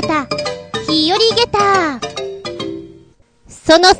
た日和ゲタその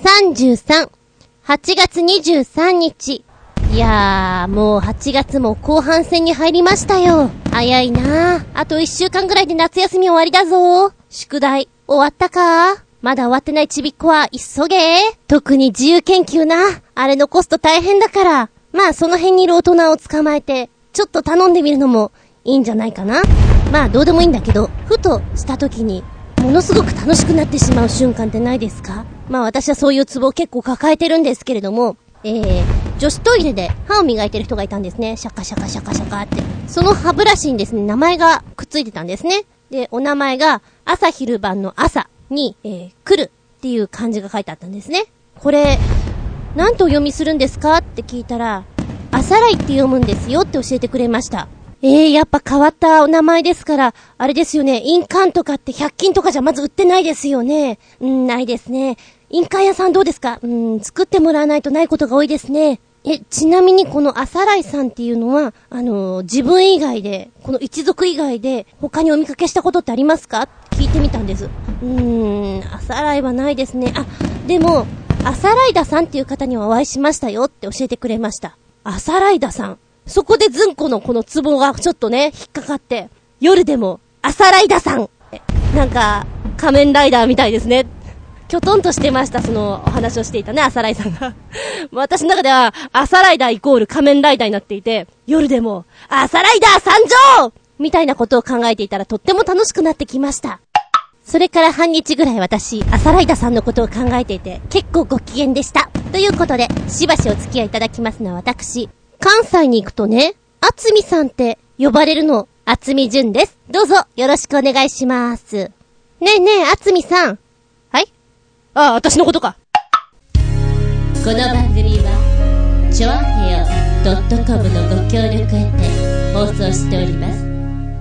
33、8月23日。いやー、もう8月も後半戦に入りましたよ。早いなー。あと1週間ぐらいで夏休み終わりだぞー。宿題終わったかー？まだ終わってないちびっこは急げー。特に自由研究な。あれ残すと大変だから。まあその辺にいる大人を捕まえてちょっと頼んでみるのもいいんじゃないかな。まあどうでもいいんだけど、ふとした時にものすごく楽しくなってしまう瞬間ってないですか？まあ私はそういうツボを結構抱えてるんですけれども、女子トイレで歯を磨いてる人がいたんですね。シャカシャカシャカシャカって。その歯ブラシにですね、名前がくっついてたんですね。で、お名前が朝昼晩の朝に、来るっていう漢字が書いてあったんですね。これ、なんとお読みするんですかって聞いたら、朝来って読むんですよって教えてくれました。やっぱ変わったお名前ですから、あれですよね、印鑑とかって100均とかじゃまず売ってないですよね。ないですね。印鑑屋さんどうですか？作ってもらわないとないことが多いですね。ちなみにこの朝来さんっていうのは、自分以外で、この一族以外で他にお見かけしたことってありますか？聞いてみたんです。朝来はないですね。あ、でも、朝来田さんっていう方にはお会いしましたよって教えてくれました。朝来田さん。そこでずんこのこのツボがちょっとね、引っかかって、夜でも、朝ライダーさんなんか、仮面ライダーみたいですね。きょとんとしてました、そのお話をしていたね、朝ライさんが。私の中では、朝ライダーイコール仮面ライダーになっていて、夜でも、朝ライダー参上みたいなことを考えていたらとっても楽しくなってきました。それから半日ぐらい私、朝ライダーさんのことを考えていて、結構ご機嫌でした。ということで、しばしお付き合いいただきますのは私、関西に行くとね、あつみさんって呼ばれるの、あつみじゅんです。どうぞよろしくお願いします。ねえねえ、あつみさん。はい？ああ、私のことか。 この番組はちょあへよ .com のご協力へて放送しております。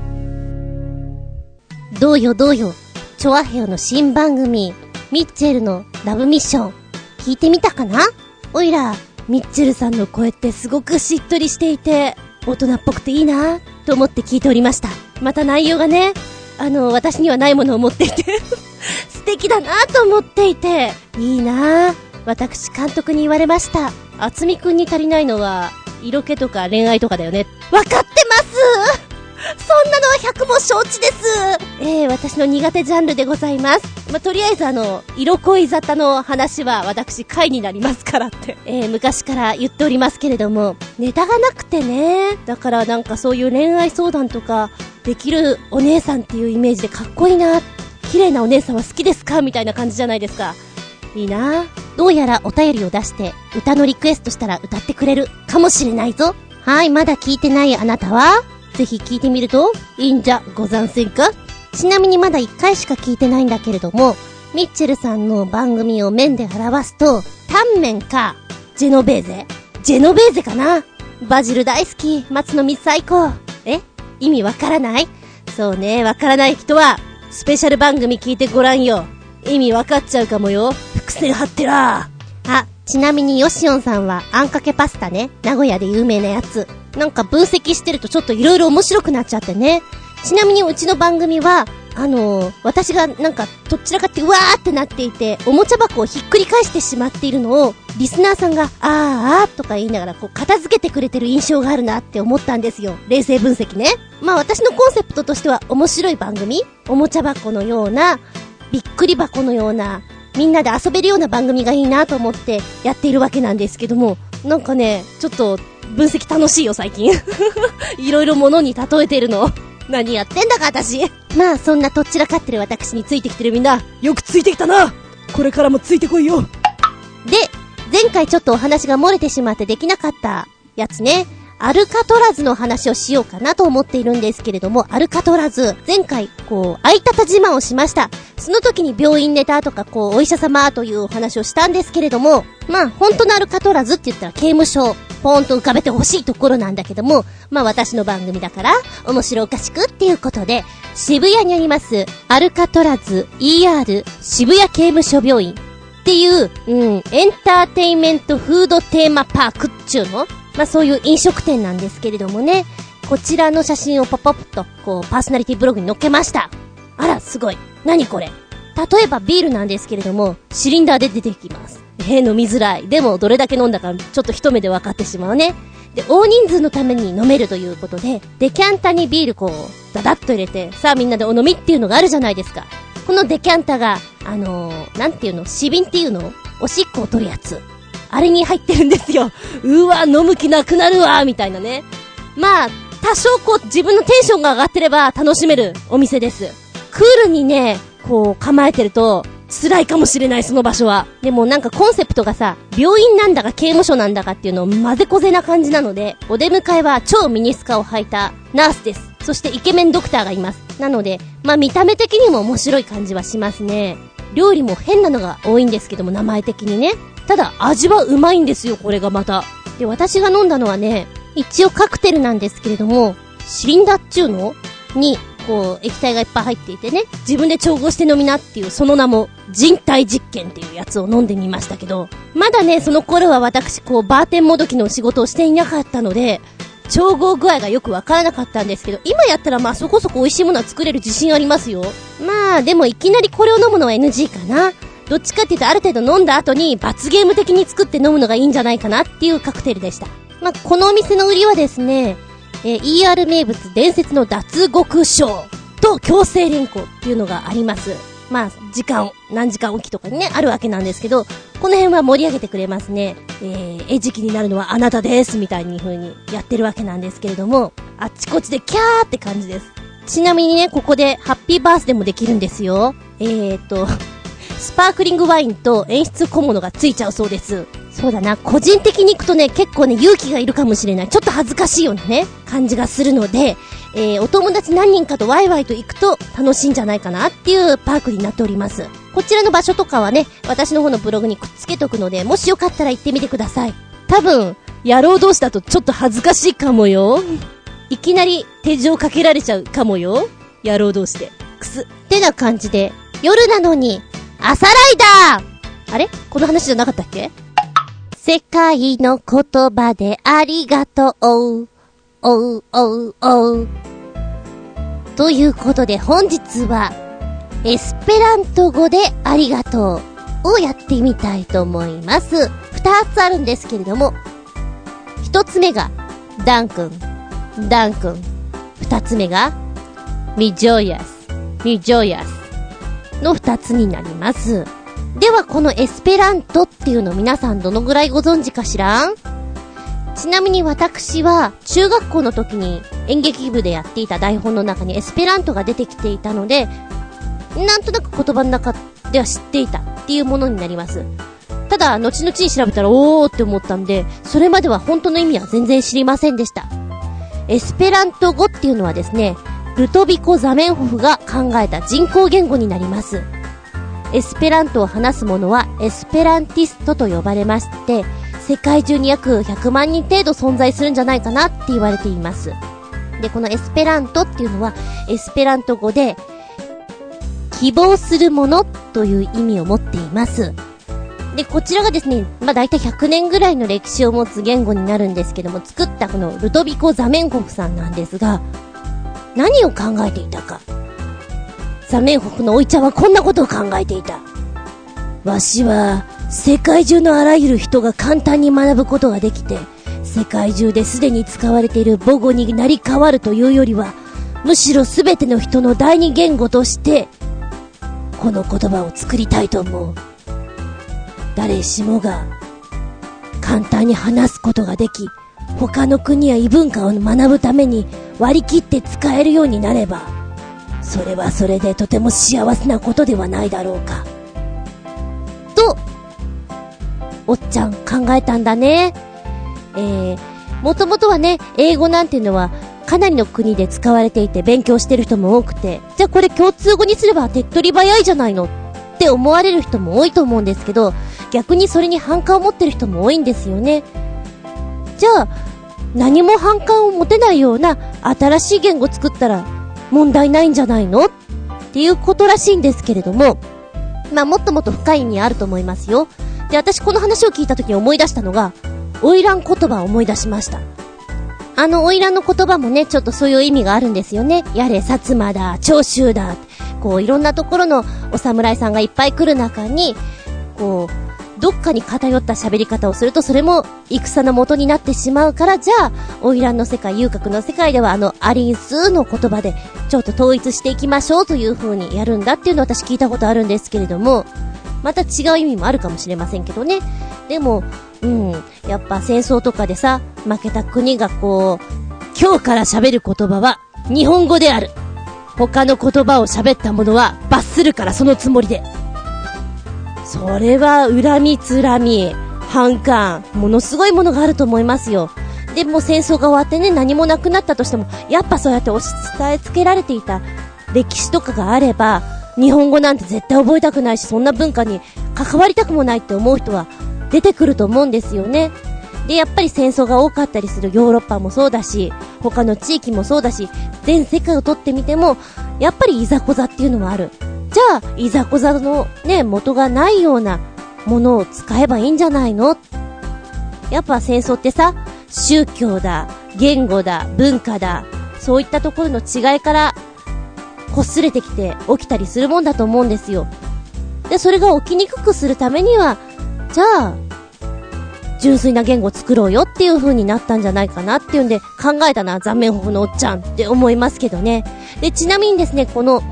どうよどうよ、ちょあへよの新番組、ミッチェルのラブミッション、聞いてみたかな？おいら、ミッチェルさんの声ってすごくしっとりしていて、大人っぽくていいなと思って聞いておりました。また内容がね、私にはないものを持っていて素敵だなと思っていて、いいな。私監督に言われました。あつみくんに足りないのは色気とか恋愛とかだよね。わかってますそんなのは100も承知です。私の苦手ジャンルでございます。とりあえず色恋沙汰の話は私回になりますからって、昔から言っておりますけれども、ネタがなくてね。だからなんかそういう恋愛相談とかできるお姉さんっていうイメージでかっこいいな。綺麗なお姉さんは好きですかみたいな感じじゃないですか。いいな。どうやらお便りを出して歌のリクエストしたら歌ってくれるかもしれないぞ。はい、まだ聞いてないあなたはぜひ聞いてみるといいんじゃござんせんか。ちなみにまだ1回しか聞いてないんだけれども、ミッチェルさんの番組を面で表すと、タンメンかジェノベーゼかな。バジル大好き、松の実最高。意味わからない？そうね、わからない人はスペシャル番組聞いてごらんよ。意味わかっちゃうかもよ。伏線張ってら。あ、ちなみにヨシオンさんはあんかけパスタね、名古屋で有名なやつ。なんか分析してるとちょっといろいろ面白くなっちゃってね。ちなみにうちの番組は私がなんかどちらかってうわーってなっていて、おもちゃ箱をひっくり返してしまっているのをリスナーさんがあーとか言いながらこう片付けてくれてる印象があるなって思ったんですよ。冷静分析ね。まあ私のコンセプトとしては面白い番組、おもちゃ箱のような、びっくり箱のような、みんなで遊べるような番組がいいなと思ってやっているわけなんですけども、なんかね、ちょっと分析楽しいよ最近いろいろ物に例えてるの何やってんだか私。まあそんなとっちらかってる私についてきてるみんな、よくついてきたな。これからもついてこいよ。で、前回ちょっとお話が漏れてしまってできなかったやつね、アルカトラズの話をしようかなと思っているんですけれども、アルカトラズ、前回あいたた自慢をしました。その時に病院ネタとかお医者様というお話をしたんですけれども、まあ本当のアルカトラズって言ったら刑務所ポーンと浮かべてほしいところなんだけども、まあ私の番組だから面白おかしくっていうことで、渋谷にありますアルカトラズ ER 渋谷刑務所病院っていう、エンターテイメントフードテーマパークっちゅうの、まあそういう飲食店なんですけれどもね、こちらの写真をポッポッとパーソナリティブログに載っけました。あらすごい。 何これ。例えばビールなんですけれども、シリンダーで出てきます。飲みづらい。でもどれだけ飲んだかちょっと一目で分かってしまうね。で、大人数のために飲めるということで、デキャンタにビールダダッと入れて、さあみんなでお飲みっていうのがあるじゃないですか。このデキャンタが、なんていうの、シビンっていうの、おしっこを取るやつ。あれに入ってるんですよ。うわ、飲む気なくなるわ、みたいなね。まあ、多少自分のテンションが上がってれば楽しめるお店です。クールにね、構えてると、辛いかもしれない、その場所は。でもなんかコンセプトがさ、病院なんだか刑務所なんだかっていうのを混ぜこぜな感じなので、お出迎えは超ミニスカを履いたナースです。そしてイケメンドクターがいます。なので、まあ見た目的にも面白い感じはしますね。料理も変なのが多いんですけども、名前的にね。ただ味はうまいんですよ、これがまた。で、私が飲んだのはね、一応カクテルなんですけれども、シリンダーっちゅうのに、液体がいっぱい入っていてね、自分で調合して飲みなっていう、その名も人体実験っていうやつを飲んでみましたけど、まだね、その頃は私バーテンもどきの仕事をしていなかったので、調合具合がよくわからなかったんですけど、今やったらまあそこそこ美味しいものは作れる自信ありますよ。まあでもいきなりこれを飲むのは NG かな。どっちかっていうとある程度飲んだ後に罰ゲーム的に作って飲むのがいいんじゃないかなっていうカクテルでした。まあこのお店の売りはですね、ER 名物伝説の脱獄症と強制連行っていうのがあります。まあ何時間おきとかにねあるわけなんですけど、この辺は盛り上げてくれますね。餌食になるのはあなたですみたいに風にやってるわけなんですけれども、あっちこっちでキャーって感じです。ちなみにね、ここでハッピーバースデーもできるんですよ。スパークリングワインと演出小物がついちゃうそうです。そうだな、個人的に行くとね、結構ね、勇気がいるかもしれない。ちょっと恥ずかしいようなね、感じがするので、お友達何人かとワイワイと行くと楽しいんじゃないかなっていうパークになっております。こちらの場所とかはね、私の方のブログにくっつけとくので、もしよかったら行ってみてください。多分、野郎同士だとちょっと恥ずかしいかもよ。いきなり手錠かけられちゃうかもよ。野郎同士で。くす。ってな感じで、夜なのに、朝ライダー！あれ？この話じゃなかったっけ？世界の言葉でありがとう。おうおうおう。ということで本日は、エスペラント語でありがとうをやってみたいと思います。2つあるんですけれども、1つ目が、ダン君。2つ目が、ミジョイアスの2つになります。ではこのエスペラントっていうの皆さんどのぐらいご存知かしらん？ちなみに私は中学校の時に演劇部でやっていた台本の中にエスペラントが出てきていたので、なんとなく言葉の中では知っていたっていうものになります。ただ後々に調べたらおーって思ったんで、それまでは本当の意味は全然知りませんでした。エスペラント語っていうのはですね、ルトビコ・ザメンホフが考えた人工言語になります。エスペラントを話す者はエスペランティストと呼ばれまして、世界中に約100万人程度存在するんじゃないかなって言われています。で、このエスペラントっていうのはエスペラント語で希望するものという意味を持っています。で、こちらがですね、だいたい100年ぐらいの歴史を持つ言語になるんですけども、作ったこのルトビコ・ザメンホフさんなんですが、何を考えていたか。ザメンホフのおいちゃんはこんなことを考えていた。わしは世界中のあらゆる人が簡単に学ぶことができて、世界中ですでに使われている母語になり変わるというよりは、むしろすべての人の第二言語としてこの言葉を作りたいと思う。誰しもが簡単に話すことができ、他の国や異文化を学ぶために割り切って使えるようになれば、それはそれでとても幸せなことではないだろうかとおっちゃん考えたんだね。もともとはね、英語なんていうのはかなりの国で使われていて勉強してる人も多くて、じゃあこれ共通語にすれば手っ取り早いじゃないのって思われる人も多いと思うんですけど、逆にそれに反感を持ってる人も多いんですよね。じゃあ何も反感を持てないような新しい言語作ったら問題ないんじゃないのっていうことらしいんですけれども、もっともっと深い意味あると思いますよ。で、私この話を聞いた時に思い出したのが花魁言葉を思い出しました。花魁の言葉もね、ちょっとそういう意味があるんですよね。やれ薩摩だ、長州だ、 こういろんなところのお侍さんがいっぱい来る中に、こうどっかに偏った喋り方をするとそれも戦の元になってしまうから、じゃあ花魁の世界、遊郭の世界ではアリンスの言葉でちょっと統一していきましょうという風にやるんだっていうのを私聞いたことあるんですけれども、また違う意味もあるかもしれませんけどね。でもやっぱ戦争とかでさ、負けた国がこう今日から喋る言葉は日本語である、他の言葉を喋った者は罰するからそのつもりで、それは恨みつらみ反感、ものすごいものがあると思いますよ。でも戦争が終わってね、何もなくなったとしても、やっぱそうやって押し伝えつけられていた歴史とかがあれば、日本語なんて絶対覚えたくないし、そんな文化に関わりたくもないって思う人は出てくると思うんですよね。で、やっぱり戦争が多かったりするヨーロッパもそうだし、他の地域もそうだし、全世界をとってみてもやっぱりいざこざっていうのもある。じゃあいざこざのね、元がないようなものを使えばいいんじゃないの。やっぱ戦争ってさ、宗教だ、言語だ、文化だ、そういったところの違いから擦れてきて起きたりするもんだと思うんですよ。で、それが起きにくくするためには、じゃあ純粋な言語を作ろうよっていう風になったんじゃないかなっていうんで考えたな、残面ホフのおっちゃんって思いますけどね。で、ちなみにですね、この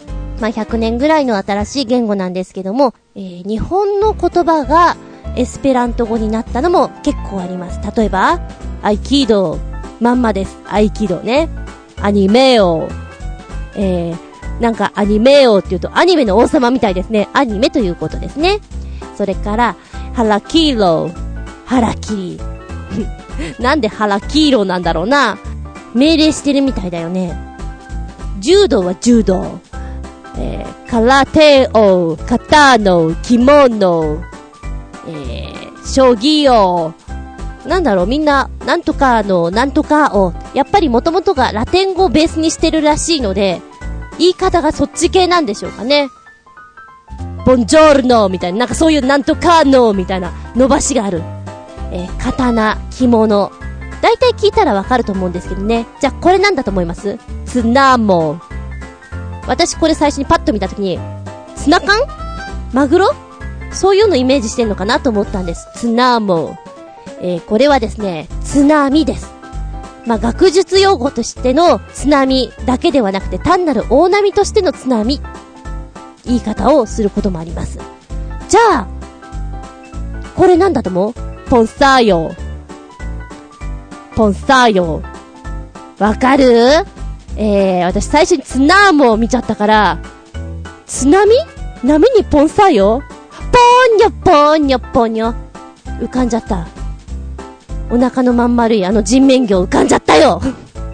100年ぐらいの新しい言語なんですけども、日本の言葉がエスペラント語になったのも結構あります。例えば合気道、まんまです。合気道ね。アニメオ、なんかアニメオって言うとアニメの王様みたいですね。アニメということですね。それからハラキーロ、ハラキリなんでハラキーロなんだろうな。命令してるみたいだよね。柔道は柔道、空手を、型の、着物、将棋を、なんだろう、みんな、なんとかの、なんとかを、やっぱり元々がラテン語をベースにしてるらしいので、言い方がそっち系なんでしょうかね。ボンジョルノみたいな、なんかそういうなんとかの、みたいな伸ばしがある。刀、着物。だいたい聞いたらわかると思うんですけどね。じゃあこれなんだと思います？ツナモ。私これ最初にパッと見たときに、ツナ缶？マグロ？そういうのイメージしてんのかなと思ったんです。ツナモ。これはですね、津波です。学術用語としての津波だけではなくて、単なる大波としての津波、言い方をすることもあります。じゃあ、これなんだと思う？ポンサーヨ。ポンサーヨ。わかる？私最初にツナーモを見ちゃったから、津波？波にポンサーヨ？ポーニョポーニョポーニョ。浮かんじゃった。お腹のまん丸い人面魚浮かんじゃったよ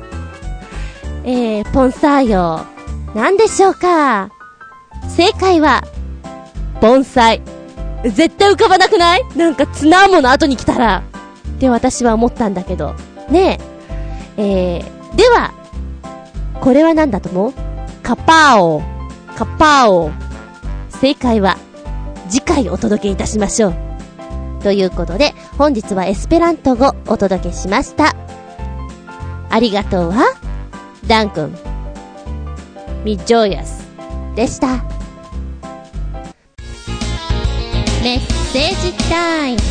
ポンサーヨ。なんでしょうか？正解は、盆栽。絶対浮かばなくない？なんかツナーモの後に来たら。って私は思ったんだけど。ねえ。では、これは何だと思う？カパーオ。カパーオ。正解は、次回お届けいたしましょう。ということで、本日はエスペラント語お届けしました。ありがとうは、ダン君。ミジョイアスでした。 メッセージタイム。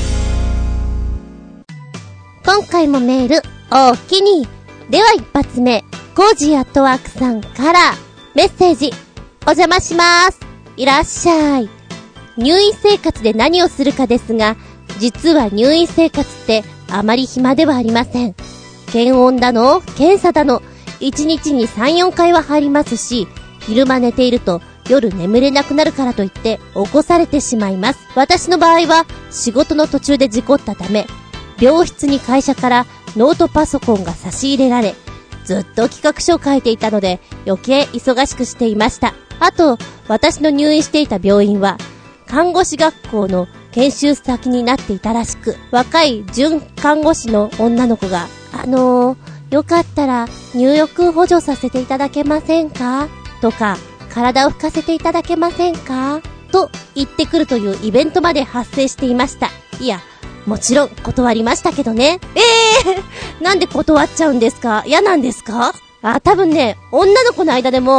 今回もメールおおきに。では一発目、コージーアットワークさんからメッセージお邪魔します。いらっしゃい。入院生活で何をするかですが、実は入院生活ってあまり暇ではありません。検温だの検査だの、1日に 3,4 回は入りますし、昼間寝ていると夜眠れなくなるからといって起こされてしまいます。私の場合は仕事の途中で事故ったため、病室に会社からノートパソコンが差し入れられ、ずっと企画書を書いていたので余計忙しくしていました。あと、私の入院していた病院は看護師学校の研修先になっていたらしく、若い準看護師の女の子が、よかったら入浴補助させていただけませんか？とか、体を拭かせていただけませんか？と言ってくるというイベントまで発生していました。いや、もちろん断りましたけどね。なんで断っちゃうんですか？嫌なんですか？多分ね、女の子の間でも、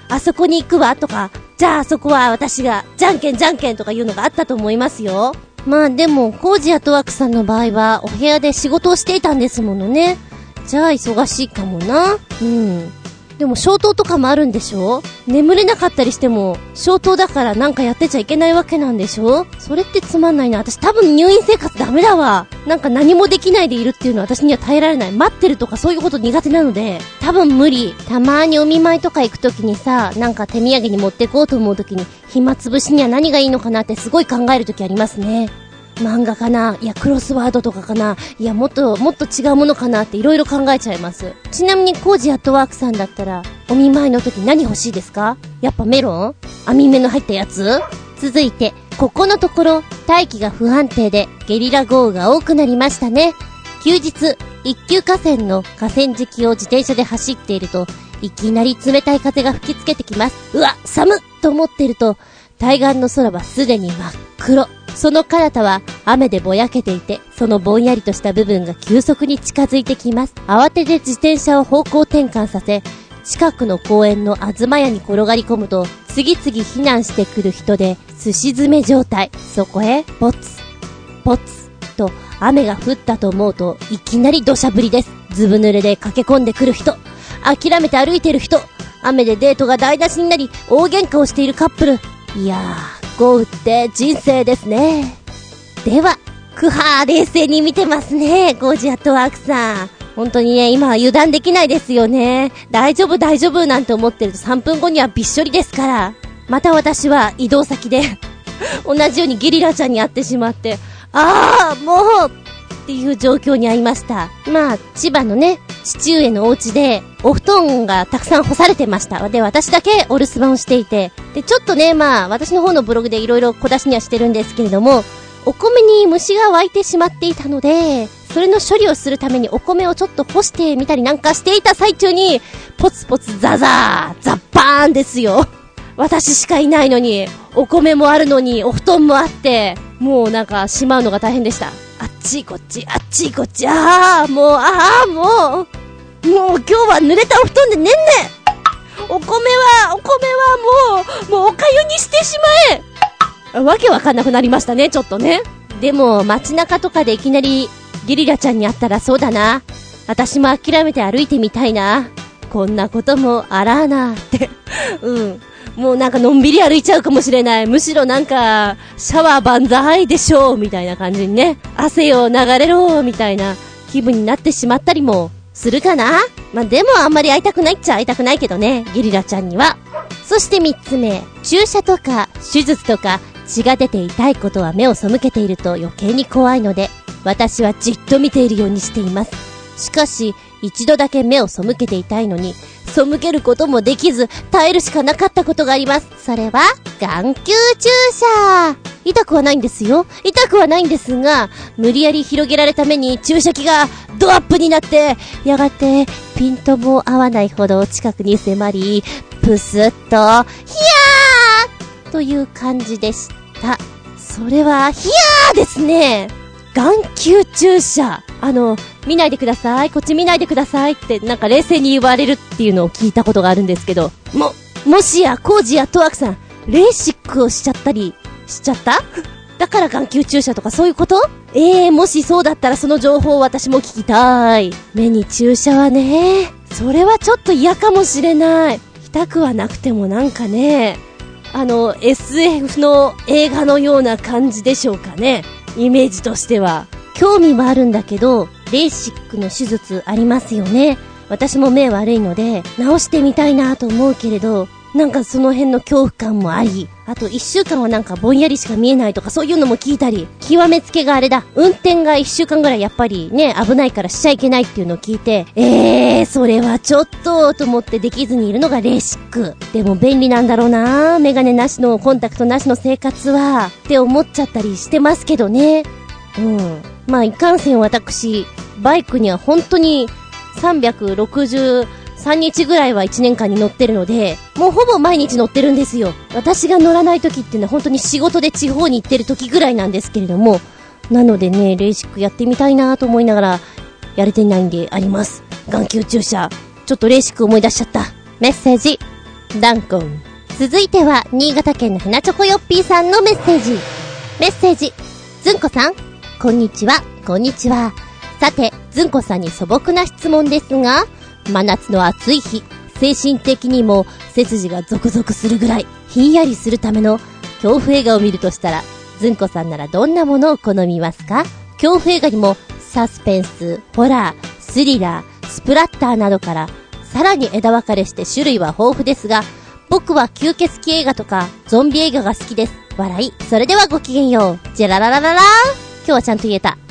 あそこに行くわとか、じゃああそこは私がじゃんけんとかいうのがあったと思いますよ。まあでもコージアトワークさんの場合はお部屋で仕事をしていたんですものね。じゃあ忙しいかもな。でも消灯とかもあるんでしょ？眠れなかったりしても消灯だからなんかやってちゃいけないわけなんでしょ？それってつまんないな。私多分入院生活ダメだわ。なんか何もできないでいるっていうのは私には耐えられない。待ってるとかそういうこと苦手なので多分無理。たまーにお見舞いとか行くときにさ、なんか手土産に持ってこうと思うときに暇つぶしには何がいいのかなってすごい考えるときありますね。漫画かな、いやクロスワードとかかな、いやもっと違うものかなっていろいろ考えちゃいます。ちなみにコージアットワークさんだったらお見舞いの時何欲しいですか？やっぱメロン？網目の入ったやつ？続いてここのところ大気が不安定でゲリラ豪雨が多くなりましたね。休日一級河川の河川敷を自転車で走っているといきなり冷たい風が吹きつけてきます。うわ寒っと思っていると対岸の空はすでに真っ黒。その彼方は雨でぼやけていて、そのぼんやりとした部分が急速に近づいてきます。慌てて自転車を方向転換させ、近くの公園の東屋に転がり込むと、次々避難してくる人で、すし詰め状態。そこへ、ポツ、ポツ、と雨が降ったと思うと、いきなり土砂降りです。ずぶ濡れで駆け込んでくる人、諦めて歩いてる人、雨でデートが台無しになり、大喧嘩をしているカップル。いやー、豪雨って人生ですね。では、冷静に見てますね、コージアットワークさん。本当にね、今は油断できないですよね。大丈夫なんて思ってると3分後にはびっしょりですから。また私は移動先で同じようにゲリラちゃんに会ってしまって、もうっていう状況に遭いました。まあ、千葉のね、父上のお家でお布団がたくさん干されてました。で、私だけお留守番をしていて、で、ちょっとね、まあ、私の方のブログでいろいろ小出しにはしてるんですけれども、お米に虫が湧いてしまっていたので、それの処理をするためにお米をちょっと干してみたりなんかしていた最中に、ポツポツザザー、ザッパーンですよ。私しかいないのに、お米もあるのに、お布団もあって、もうなんかしまうのが大変でした。あっちこっち、もう今日は濡れたお布団で寝んね。お米はもうおかゆにしてしまえ。わけわかんなくなりましたね、ちょっとね。でも街中とかでいきなりゲリラちゃんに会ったらそうだな、私も諦めて歩いてみたいな、こんなこともあらーなってもうなんかのんびり歩いちゃうかもしれない。むしろなんかシャワー万歳でしょうみたいな感じにね、汗を流れろみたいな気分になってしまったりもするかな。まあ、でもあんまり会いたくないっちゃ会いたくないけどね、ゲリラちゃんには。そして3つ目、注射とか手術とか血が出て痛いことは目を背けていると余計に怖いので、私はじっと見ているようにしています。しかし一度だけ目を背けていたいのに背けることもできず耐えるしかなかったことがあります。それは眼球注射。痛くはないんですよ。痛くはないんですが、無理やり広げられた目に注射器がドアップになって、やがてピントも合わないほど近くに迫り、プスッとヒヤーという感じでした。それはヒヤーですね。眼球注射。見ないでください、こっち見ないでくださいってなんか冷静に言われるっていうのを聞いたことがあるんですけど、もしやコージやトワークさんレーシックをしちゃっただから眼球注射とかそういうこと？もしそうだったらその情報を私も聞きたい。目に注射はね、それはちょっと嫌かもしれない。痛くはなくてもなんかね、SF の映画のような感じでしょうかね、イメージとしては。興味はあるんだけど、レーシックの手術ありますよね。私も目悪いので直してみたいなと思うけれど、なんかその辺の恐怖感もあり、あと1週間はなんかぼんやりしか見えないとかそういうのも聞いたり、極めつけがあれだ、運転が1週間ぐらいやっぱりね危ないからしちゃいけないっていうのを聞いて、それはちょっと思ってできずにいるのがレーシック。でも便利なんだろうな、メガネなしのコンタクトなしの生活はって思っちゃったりしてますけどね。まあいかんせん私バイクには本当に363日ぐらいは1年間に乗ってるので、もうほぼ毎日乗ってるんですよ。私が乗らない時っていうのは本当に仕事で地方に行ってる時ぐらいなんですけれども、なのでね、レーシックやってみたいなと思いながらやれてないんであります。眼球注射、ちょっとレーシック思い出しちゃった。メッセージダンコン。続いては、新潟県のひなチョコヨッピーさんのメッセージ。ずんこさん、こんにちは。こんにちは。さて、ずんこさんに素朴な質問ですが、真夏の暑い日、精神的にも背筋がゾクゾクするぐらいひんやりするための恐怖映画を見るとしたら、ずんこさんならどんなものを好みますか？恐怖映画にもサスペンス、ホラー、スリラー、スプラッターなどからさらに枝分かれして種類は豊富ですが、僕は吸血鬼映画とかゾンビ映画が好きです。笑い。それではごきげんよう。ジェラララララー。今日はちゃんと言えた。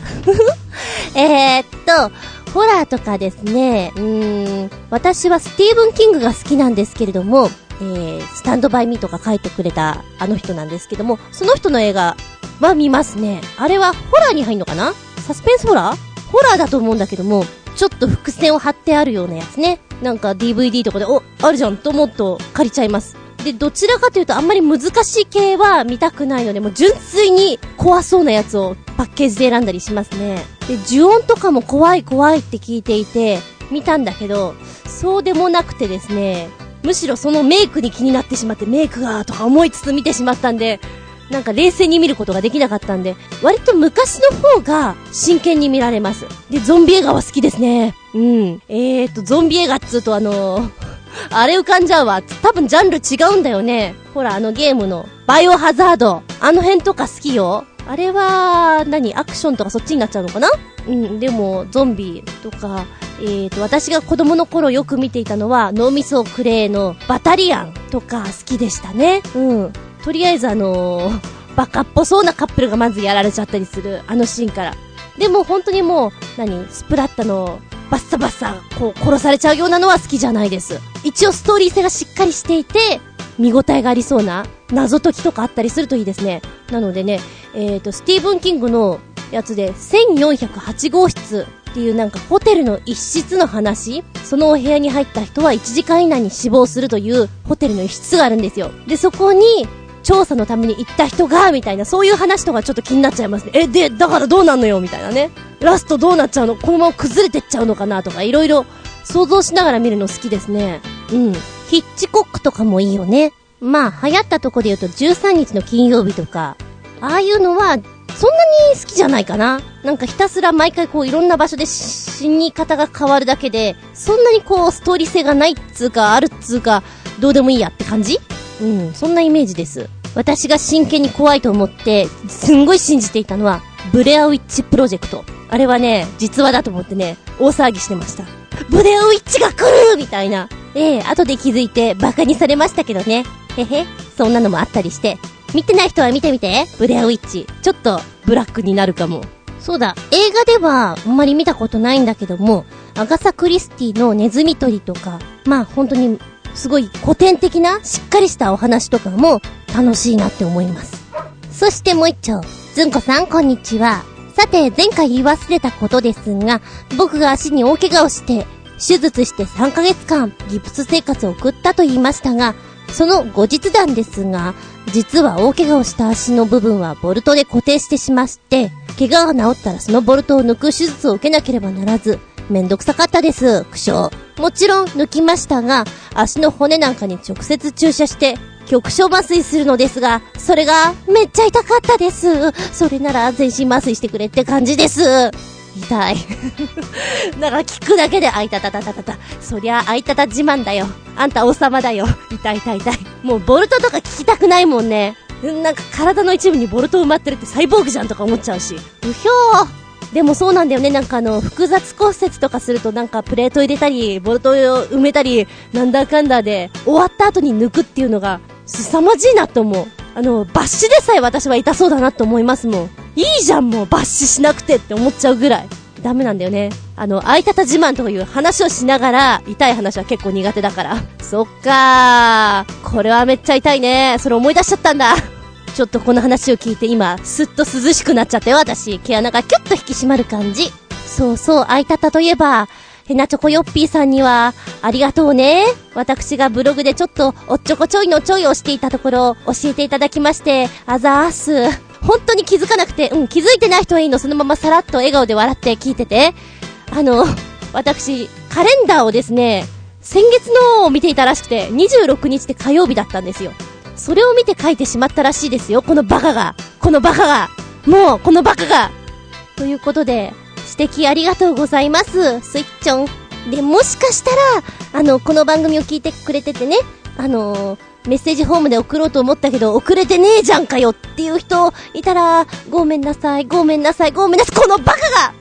ホラーとかですね、私はスティーブン・キングが好きなんですけれども、スタンドバイミーとか書いてくれたあの人なんですけども、その人の映画は見ますね。あれはホラーに入んのかな？サスペンスホラー？ホラーだと思うんだけども、ちょっと伏線を張ってあるようなやつね。なんか DVD とかで、あるじゃんと思っと借りちゃいます。で、どちらかというとあんまり難しい系は見たくないので、もう純粋に怖そうなやつをパッケージで選んだりしますね。で、呪音とかも怖いって聞いていて、見たんだけど、そうでもなくてですね、むしろそのメイクに気になってしまって、メイクがとか思いつつ見てしまったんで、なんか冷静に見ることができなかったんで、割と昔の方が真剣に見られます。で、ゾンビ映画は好きですね。ゾンビ映画っつうとあれ浮かんじゃうわ。多分ジャンル違うんだよね。ほらゲームのバイオハザード。あの辺とか好きよ。あれは、アクションとかそっちになっちゃうのかな？でも、ゾンビとか、私が子供の頃よく見ていたのは、脳みそクレイのバタリアンとか好きでしたね。とりあえずバカっぽそうなカップルがまずやられちゃったりする、あのシーンから。でも本当にもう、スプラッタのバッサバッサ、殺されちゃうようなのは好きじゃないです。一応ストーリー性がしっかりしていて、見応えがありそうな謎解きとかあったりするといいですね。なのでね、スティーブン・キングのやつで1408号室っていうホテルの一室の話、そのお部屋に入った人は1時間以内に死亡するというホテルの一室があるんですよ。で、そこに調査のために行った人がみたいな、そういう話とかちょっと気になっちゃいますね。で、だからどうなんのよみたいなね。ラストどうなっちゃうの？このまま崩れてっちゃうのかなとか、いろいろ想像しながら見るの好きですね。ヒッチコックとかもいいよね。まあ流行ったとこで言うと13日の金曜日とか、ああいうのはそんなに好きじゃないかな。ひたすら毎回いろんな場所で死に方が変わるだけで、そんなにストーリー性がないっつうかあるっつうか、どうでもいいやって感じ？そんなイメージです。私が真剣に怖いと思ってすんごい信じていたのはブレアウィッチプロジェクト。あれはね、実話だと思ってね、大騒ぎしてました。ブレアウィッチが来るみたいな。後で気づいてバカにされましたけどね。そんなのもあったりして、見てない人は見てみて。ブレアウィッチちょっとブラックになるかも。そうだ、映画ではあんまり見たことないんだけども、アガサ・クリスティのネズミ捕りとか、まあ本当にすごい古典的なしっかりしたお話とかも楽しいなって思います。そしてもう一丁、ずんこさんこんにちは。さて、前回言い忘れたことですが、僕が足に大怪我をして手術して3ヶ月間ギプス生活を送ったと言いましたが、その後日談ですが、実は大怪我をした足の部分はボルトで固定してしまして、怪我が治ったらそのボルトを抜く手術を受けなければならず、めんどくさかったです。苦笑。もちろん抜きましたが、足の骨なんかに直接注射して局所麻酔するのですが、それがめっちゃ痛かったです。それなら全身麻酔してくれって感じです。痛いだから聞くだけであいたたたたたた、そりゃあいたた自慢だよ、あんた王様だよ。痛い痛い痛い。もうボルトとか聞きたくないもんね。体の一部にボルト埋まってるってサイボーグじゃんとか思っちゃうし、うひょー。でもそうなんだよね。複雑骨折とかするとプレート入れたりボルトを埋めたりなんだかんだで終わった後に抜くっていうのが凄まじいなと思う。バッシュでさえ私は痛そうだなと思いますもん。いいじゃんもうバッシュしなくてって思っちゃうぐらいダメなんだよね。あいたた自慢という話をしながら痛い話は結構苦手だから。そっかー、これはめっちゃ痛いね。それ思い出しちゃったんだ。ちょっとこの話を聞いて今すっと涼しくなっちゃったよ。私毛穴がキュッと引き締まる感じ。そうそう、あいたたといえばヘナチョコヨッピーさんにはありがとうね。私がブログでちょっとおっちょこちょいのちょいをしていたところ教えていただきましてあざーす。本当に気づかなくて、気づいてない人はいいの。そのままさらっと笑顔で笑って聞いてて。私カレンダーをですね先月のを見ていたらしくて、26日って火曜日だったんですよ。それを見て書いてしまったらしいですよ。このバカが。もう、このバカが。ということで、指摘ありがとうございます。スイッチョン。で、もしかしたら、この番組を聞いてくれててね、メッセージフォームで送ろうと思ったけど、送れてねえじゃんかよっていう人いたら、ごめんなさい。このバカが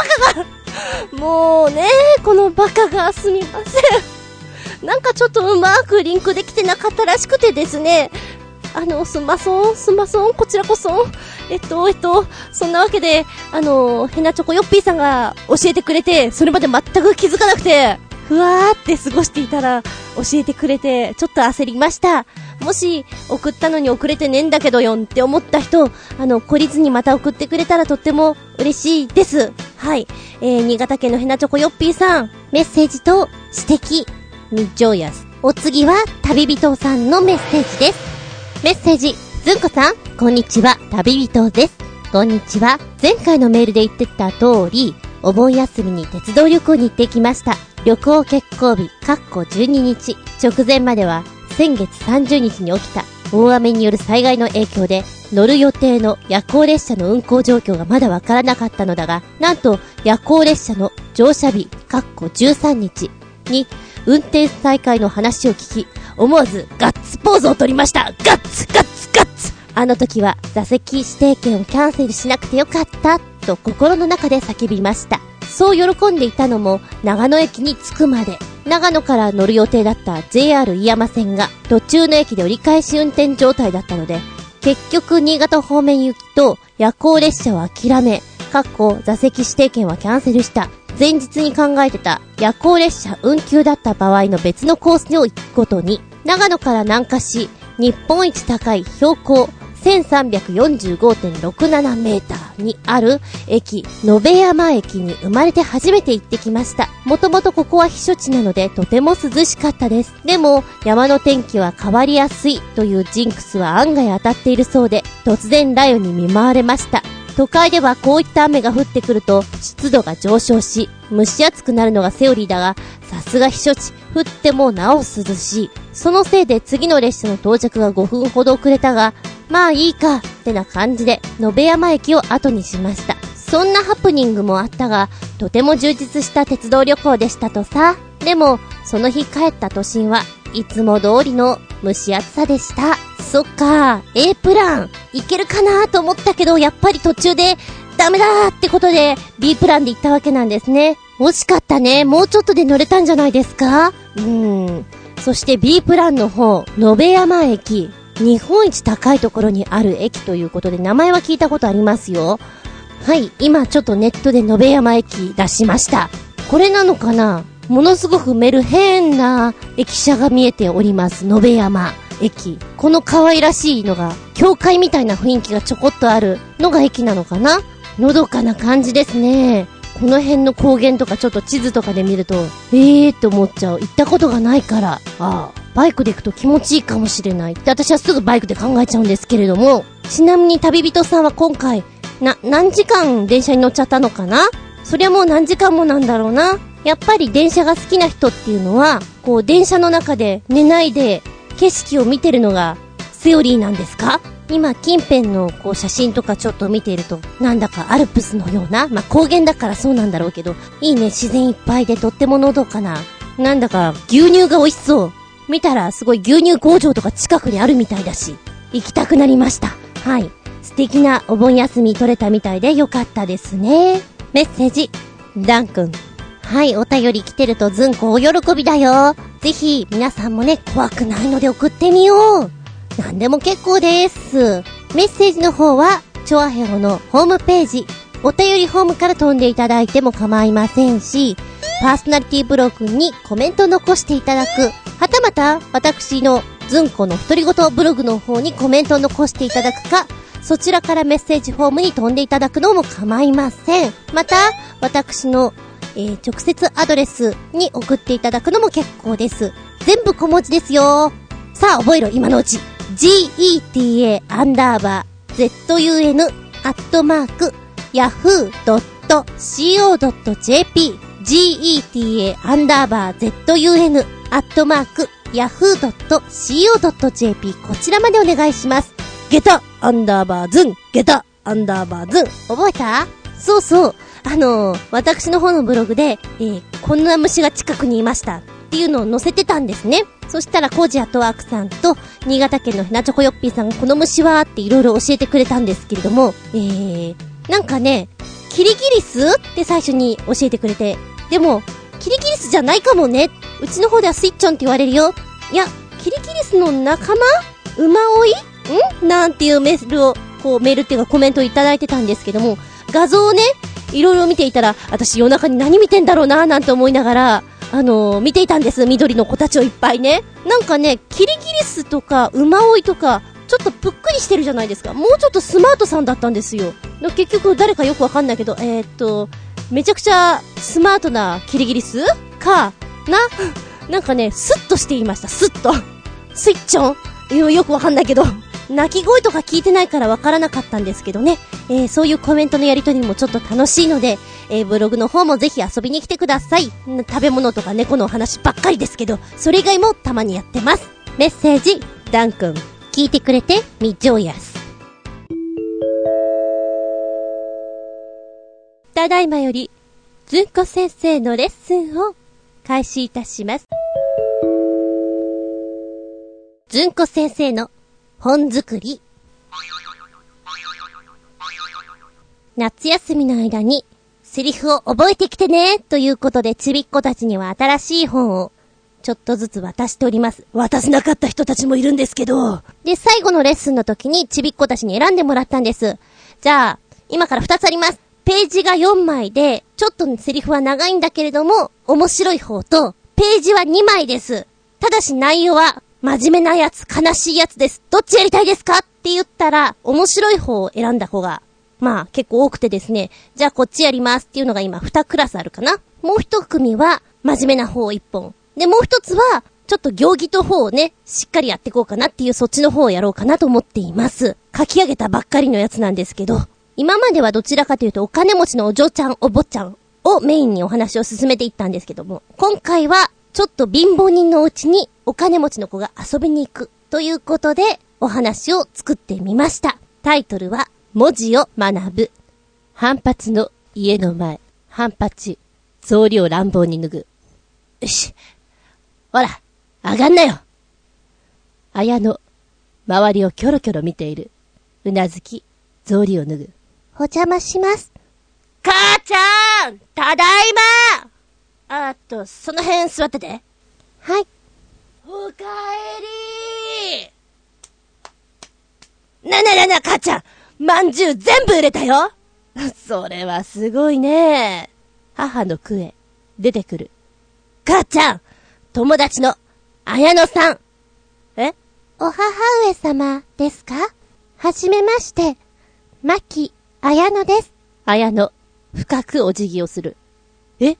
もうね、このバカがすみません。なんかちょっとうまくリンクできてなかったらしくてですね。すんまそん、こちらこそ。そんなわけで、ヘナチョコヨッピーさんが教えてくれて、それまで全く気づかなくて、ふわーって過ごしていたら、教えてくれて、ちょっと焦りました。もし、送ったのに送れてねえんだけどよんって思った人、懲りずにまた送ってくれたらとっても嬉しいです。はい。新潟県のヘナチョコヨッピーさん、メッセージと指摘、にジョーヤス。お次は、旅人さんのメッセージです。メッセージ、ずんこさん、こんにちは、旅人です。こんにちは。前回のメールで言ってた通り、お盆休みに鉄道旅行に行ってきました。旅行決行日、12日。直前までは、先月30日に起きた大雨による災害の影響で、乗る予定の夜行列車の運行状況がまだわからなかったのだが、なんと夜行列車の乗車日、13日に、運転再開の話を聞き、思わずガッツポーズを取りました。ガッツ。あの時は座席指定券をキャンセルしなくてよかったと心の中で叫びました。そう喜んでいたのも長野駅に着くまで。長野から乗る予定だった JR 飯山線が途中の駅で折り返し運転状態だったので、結局新潟方面行きと夜行列車を諦め、座席指定券はキャンセルした。前日に考えてた夜行列車運休だった場合の別のコースを行くことに、長野から南下し、日本一高い標高 1345.67 メーターにある駅、野辺山駅に生まれて初めて行ってきました。もともとここは避暑地なのでとても涼しかったです。でも山の天気は変わりやすいというジンクスは案外当たっているそうで、突然雷雨に見舞われました。都会ではこういった雨が降ってくると湿度が上昇し蒸し暑くなるのがセオリーだが、さすが避暑地、降ってもなお涼しい。そのせいで次の列車の到着が5分ほど遅れたが、まあいいかってな感じで野辺山駅を後にしました。そんなハプニングもあったが、とても充実した鉄道旅行でしたとさ。でもその日帰った都心はいつも通りの蒸し暑さでした。そっか、A プランいけるかなと思ったけど、やっぱり途中でダメだってことで B プランで行ったわけなんですね。惜しかったね。もうちょっとで乗れたんじゃないですか。そして B プランの方、野辺山駅、日本一高いところにある駅ということで、名前は聞いたことありますよ。はい、今ちょっとネットで野辺山駅出しました。これなのかな。ものすごくメルヘンな駅舎が見えております。野辺山駅。この可愛らしいのが、教会みたいな雰囲気がちょこっとあるのが駅なのかな。のどかな感じですね。この辺の高原とかちょっと地図とかで見ると、って思っちゃう。行ったことがないから、バイクで行くと気持ちいいかもしれないって私はすぐバイクで考えちゃうんですけれども、ちなみに旅人さんは今回、何時間電車に乗っちゃったのかな。そりゃもう何時間もなんだろうな。やっぱり電車が好きな人っていうのは、こう電車の中で寝ないで景色を見てるのがセオリーなんですか？今近辺のこう写真とかちょっと見ていると、なんだかアルプスのような、高原だからそうなんだろうけど、いいね、自然いっぱいでとってものどかな。なんだか牛乳が美味しそう。見たらすごい牛乳工場とか近くにあるみたいだし、行きたくなりました。はい。素敵なお盆休み取れたみたいでよかったですね。メッセージ、ダン君。はい、お便り来てるとずんこお喜びだよ。ぜひ皆さんもね、怖くないので送ってみよう。なんでも結構です。メッセージの方はチョアヘオのホームページ、お便りホームから飛んでいただいても構いませんし、パーソナリティブログにコメント残していただく、はたまた私のずんこの独り言ブログの方にコメント残していただくか、そちらからメッセージフォームに飛んでいただくのも構いません。また私の直接アドレスに送っていただくのも結構です。全部小文字ですよ。さあ覚えろ、今のうち。geta_zun@yahoo.co.jp geta_zun@yahoo.co.jp こちらまでお願いします。ゲタ_ゲタ_覚えた？そうそう。私の方のブログで、こんな虫が近くにいましたっていうのを載せてたんですね。そしたらコージアットワークさんと新潟県のひなチョコヨッピーさんがこの虫はっていろいろ教えてくれたんですけれども、なんかね、キリギリスって最初に教えてくれて、でもキリギリスじゃないかもね、うちの方ではスイッチョンって言われるよ。いや、キリギリスの仲間？馬追い？なんていうメールっていうかコメントをいただいてたんですけども、画像をね、いろいろ見ていたら、私夜中に何見てんだろうなーなんて思いながら、見ていたんです。緑の子たちをいっぱいね。なんかね、キリギリスとか馬追いとか、ちょっとぷっくりしてるじゃないですか。もうちょっとスマートさんだったんですよ。結局誰かよくわかんないけど、めちゃくちゃスマートなキリギリスかなんかね、スッとしていました。スッとスイッチョンよくわかんないけど、鳴き声とか聞いてないからわからなかったんですけどね。そういうコメントのやり取りもちょっと楽しいので、ブログの方もぜひ遊びに来てください。食べ物とか猫の話ばっかりですけど、それ以外もたまにやってます。メッセージ、ダン君。聞いてくれてみジョイアス。ただいまよりずんこ先生のレッスンを開始いたします。ずんこ先生の本作り。夏休みの間にセリフを覚えてきてねということで、ちびっ子たちには新しい本をちょっとずつ渡しております。渡せなかった人たちもいるんですけど。で、最後のレッスンの時にちびっ子たちに選んでもらったんです。じゃあ、今から2つあります。ページが4枚で、ちょっとセリフは長いんだけれども、面白い方と、ページは2枚です。ただし内容は、真面目なやつ、悲しいやつです。どっちやりたいですかって言ったら、面白い方を選んだ方が、まあ結構多くてですね、じゃあこっちやりますっていうのが今2クラスあるかな。もう1組は、真面目な方1本。で、もう1つは、ちょっと行儀と方をね、しっかりやっていこうかなっていうそっちの方をやろうかなと思っています。書き上げたばっかりのやつなんですけど、今まではどちらかというとお金持ちのお嬢ちゃんお坊ちゃんをメインにお話を進めていったんですけども、今回はちょっと貧乏人のうちにお金持ちの子が遊びに行くということでお話を作ってみました。タイトルは文字を学ぶ。反発の家の前。反発。草履を乱暴に脱ぐ。よし。ほら、上がんなよ。綾乃、周りをキョロキョロ見ている。うなずき、草履を脱ぐ。お邪魔します。母ちゃん、ただいま。その辺座ってて。はい。おかえり。な、母ちゃん、まんじゅう全部売れたよ。それはすごいね。母の句へ、出てくる。母ちゃん、友達の綾乃さん。お母上様ですか？はじめまして。牧綾乃です。綾乃、深くお辞儀をする。は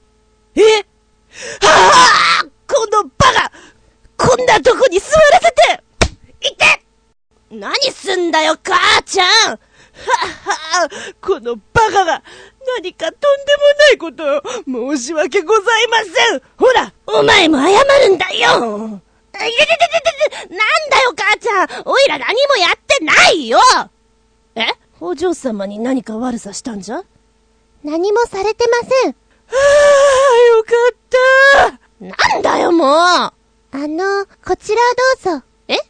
ぁ！このバカ！こんなとこに座らせて！いて！何すんだよ、母ちゃん！はぁ、このバカが何かとんでもないことを申し訳ございません。ほら、お前も謝るんだよ。なんだよ、母ちゃん。おいら何もやってないよ。お嬢様に何か悪さしたんじゃ？何もされてません。よかった。なんだよ、もう。こちらをどうぞ。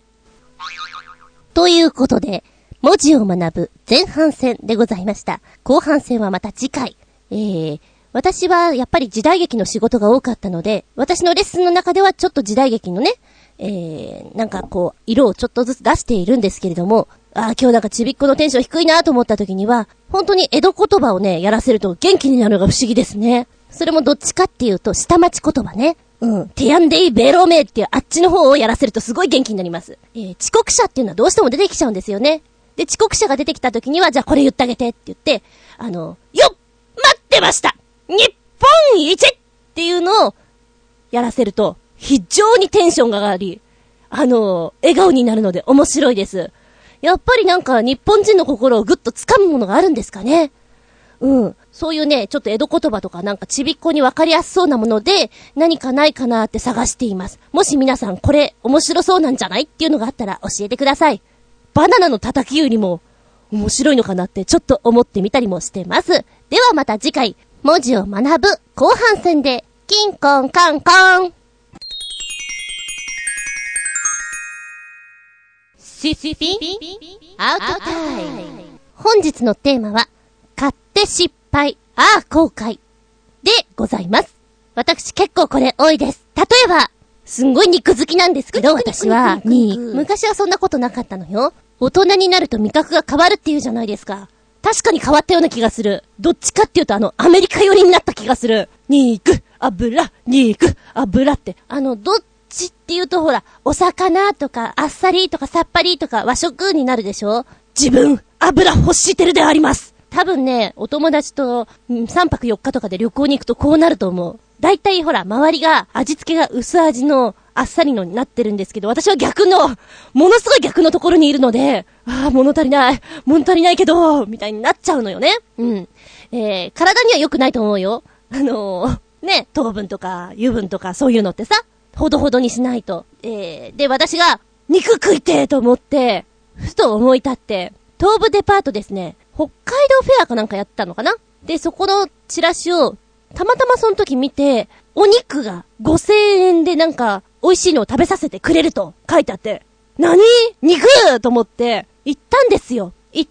ということで、文字を学ぶ前半戦でございました。後半戦はまた次回。私はやっぱり時代劇の仕事が多かったので、私のレッスンの中ではちょっと時代劇のね、なんかこう、色をちょっとずつ出しているんですけれども、今日なんかちびっこのテンション低いなと思った時には、本当に江戸言葉をね、やらせると元気になるのが不思議ですね。それもどっちかっていうと、下町言葉ね。テヤンデイベロメっていうあっちの方をやらせるとすごい元気になります。遅刻者っていうのはどうしても出てきちゃうんですよね。で、遅刻者が出てきた時には、じゃあこれ言ってあげてって言って、よっ！待ってました！日本一っていうのをやらせると、非常にテンションが上がり、笑顔になるので面白いです。やっぱりなんか日本人の心をぐっと掴むものがあるんですかね。 そういうね、ちょっと江戸言葉とかなんかちびっこにわかりやすそうなもので、何かないかなって探しています。もし皆さんこれ面白そうなんじゃないっていうのがあったら教えてください。バナナの叩き売りも面白いのかなってちょっと思ってみたりもしてます。ではまた次回、文字を学ぶ後半戦で、キンコンカンコン。 シッピンアウトタイム。 本日のテーマは、買って失敗、後悔でございます。私結構これ多いです。例えば、すんごい肉好きなんですけど、私は、昔はそんなことなかったのよ。大人になると味覚が変わるっていうじゃないですか。確かに変わったような気がする。どっちかっていうとアメリカ寄りになった気がする。肉、油、肉、油って。どっちっていうとほら、お魚とかあっさりとかさっぱりとか和食になるでしょ。自分、油欲してるであります。多分ね、お友達と3泊4日とかで旅行に行くとこうなると思う。だいたいほら、周りが味付けが薄味のあっさりのになってるんですけど、私は逆の、ものすごい逆のところにいるので、物足りないけど、みたいになっちゃうのよね。体には良くないと思うよ。ね、糖分とか油分とかそういうのってさ、ほどほどにしないと。で、私が肉食いてーと思って、ふと思い立って、東武デパートですね、北海道フェアかなんかやったのかな。で、そこのチラシを、たまたまその時見て、お肉が5000円でなんか、美味しいのを食べさせてくれると書いてあって、何？肉と思って、行ったんですよ。行って、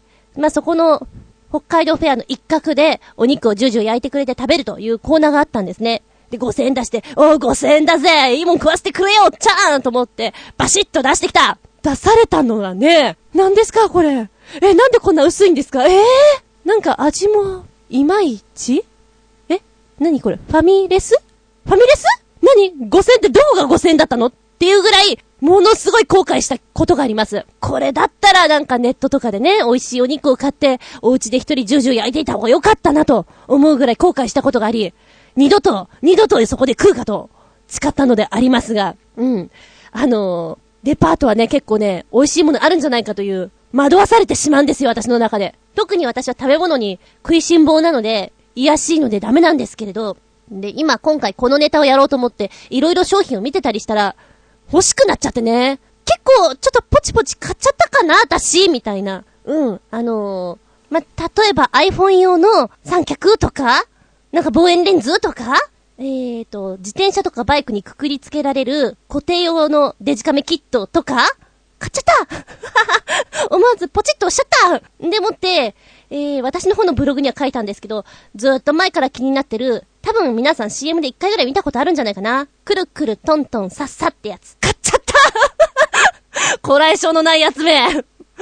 そこの、北海道フェアの一角で、お肉をジュージュー焼いてくれて食べるというコーナーがあったんですね。で、5000円出して、5000円だぜ、いいもん食わせてくれよ、ちゃーんと思って、バシッと出してきた。出されたのがね、何ですかこれ。なんでこんな薄いんですか？なんか味も、いまいち？何これ？ファミレス？何？ 5000 ってどこが5000だったの？っていうぐらい、ものすごい後悔したことがあります。これだったらなんかネットとかでね、美味しいお肉を買って、お家で一人ジュージュー焼いていた方が良かったなと思うぐらい後悔したことがあり、二度とそこで食うかと誓ったのでありますが、デパートはね、結構ね、美味しいものあるんじゃないかという、惑わされてしまうんですよ、私の中で。特に私は食べ物に食いしん坊なので、癒やしいのでダメなんですけれど、で、今回このネタをやろうと思って、いろいろ商品を見てたりしたら、欲しくなっちゃってね。結構、ちょっとポチポチ買っちゃったかな、私みたいな。例えば iPhone 用の三脚とか、なんか望遠レンズとか、自転車とかバイクにくくりつけられる固定用のデジカメキットとか買っちゃった思わずポチッと押しちゃったでもって、私の方のブログには書いたんですけど、ずっと前から気になってる、多分皆さん CM で1回ぐらい見たことあるんじゃないかな。くるくるトントンさっさってやつ。買っちゃったこらえ性のないやつめ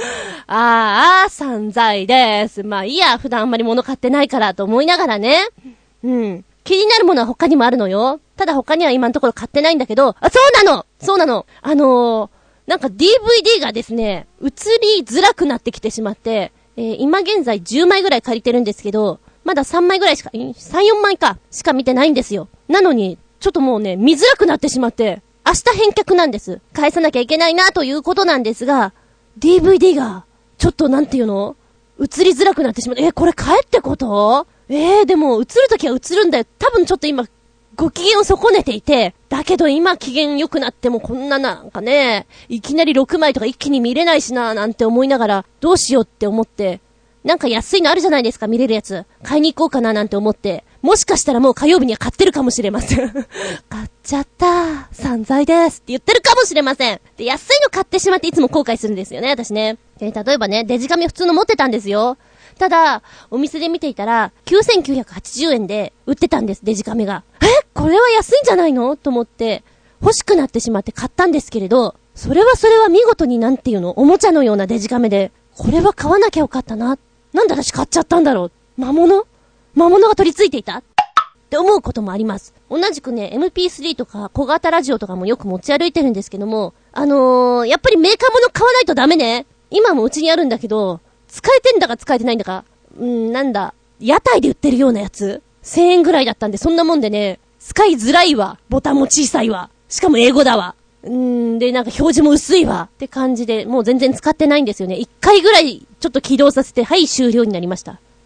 散財です。まあいいや、普段あんまり物買ってないからと思いながらね。気になるものは他にもあるのよ。ただ他には今のところ買ってないんだけど、そうなのなんか DVD がですね、映りづらくなってきてしまって、今現在10枚ぐらい借りてるんですけど、まだ3枚ぐらいしか、3、4枚しか見てないんですよ。なのに、ちょっともうね、見づらくなってしまって、明日返却なんです。返さなきゃいけないなということなんですが、DVD が、ちょっとなんていうの？映りづらくなってしまって、これ買えってこと？でも映るときは映るんだよ。多分ちょっと今、ご機嫌を損ねていて、だけど今機嫌良くなってもこんななんかね、いきなり6枚とか一気に見れないしななんて思いながら、どうしようって思って、なんか安いのあるじゃないですか、見れるやつ。買いに行こうかななんて思って、もしかしたらもう火曜日には買ってるかもしれません。買っちゃった。散財ですって言ってるかもしれません。で、安いの買ってしまっていつも後悔するんですよね、私ね。例えばね、デジカメ普通の持ってたんですよ。ただ、お店で見ていたら、9980円で売ってたんです、デジカメが。これは安いんじゃないのと思って、欲しくなってしまって買ったんですけれど、それは見事になんていうの、おもちゃのようなデジカメで、これは買わなきゃよかったな。なんで私買っちゃったんだろう。魔物が取り付いていたって思うこともあります。同じくね、MP3 とか小型ラジオとかもよく持ち歩いてるんですけども、やっぱりメーカーもの買わないとダメね。今もうちにあるんだけど、使えてんだか使えてないんだか、屋台で売ってるようなやつ 1000 円ぐらいだったんで、そんなもんでね、使いづらいわ。ボタンも小さいわ。しかも英語だわ。で、なんか表示も薄いわ。って感じで、もう全然使ってないんですよね。1回ぐらいちょっと起動させて、はい、終了になりました。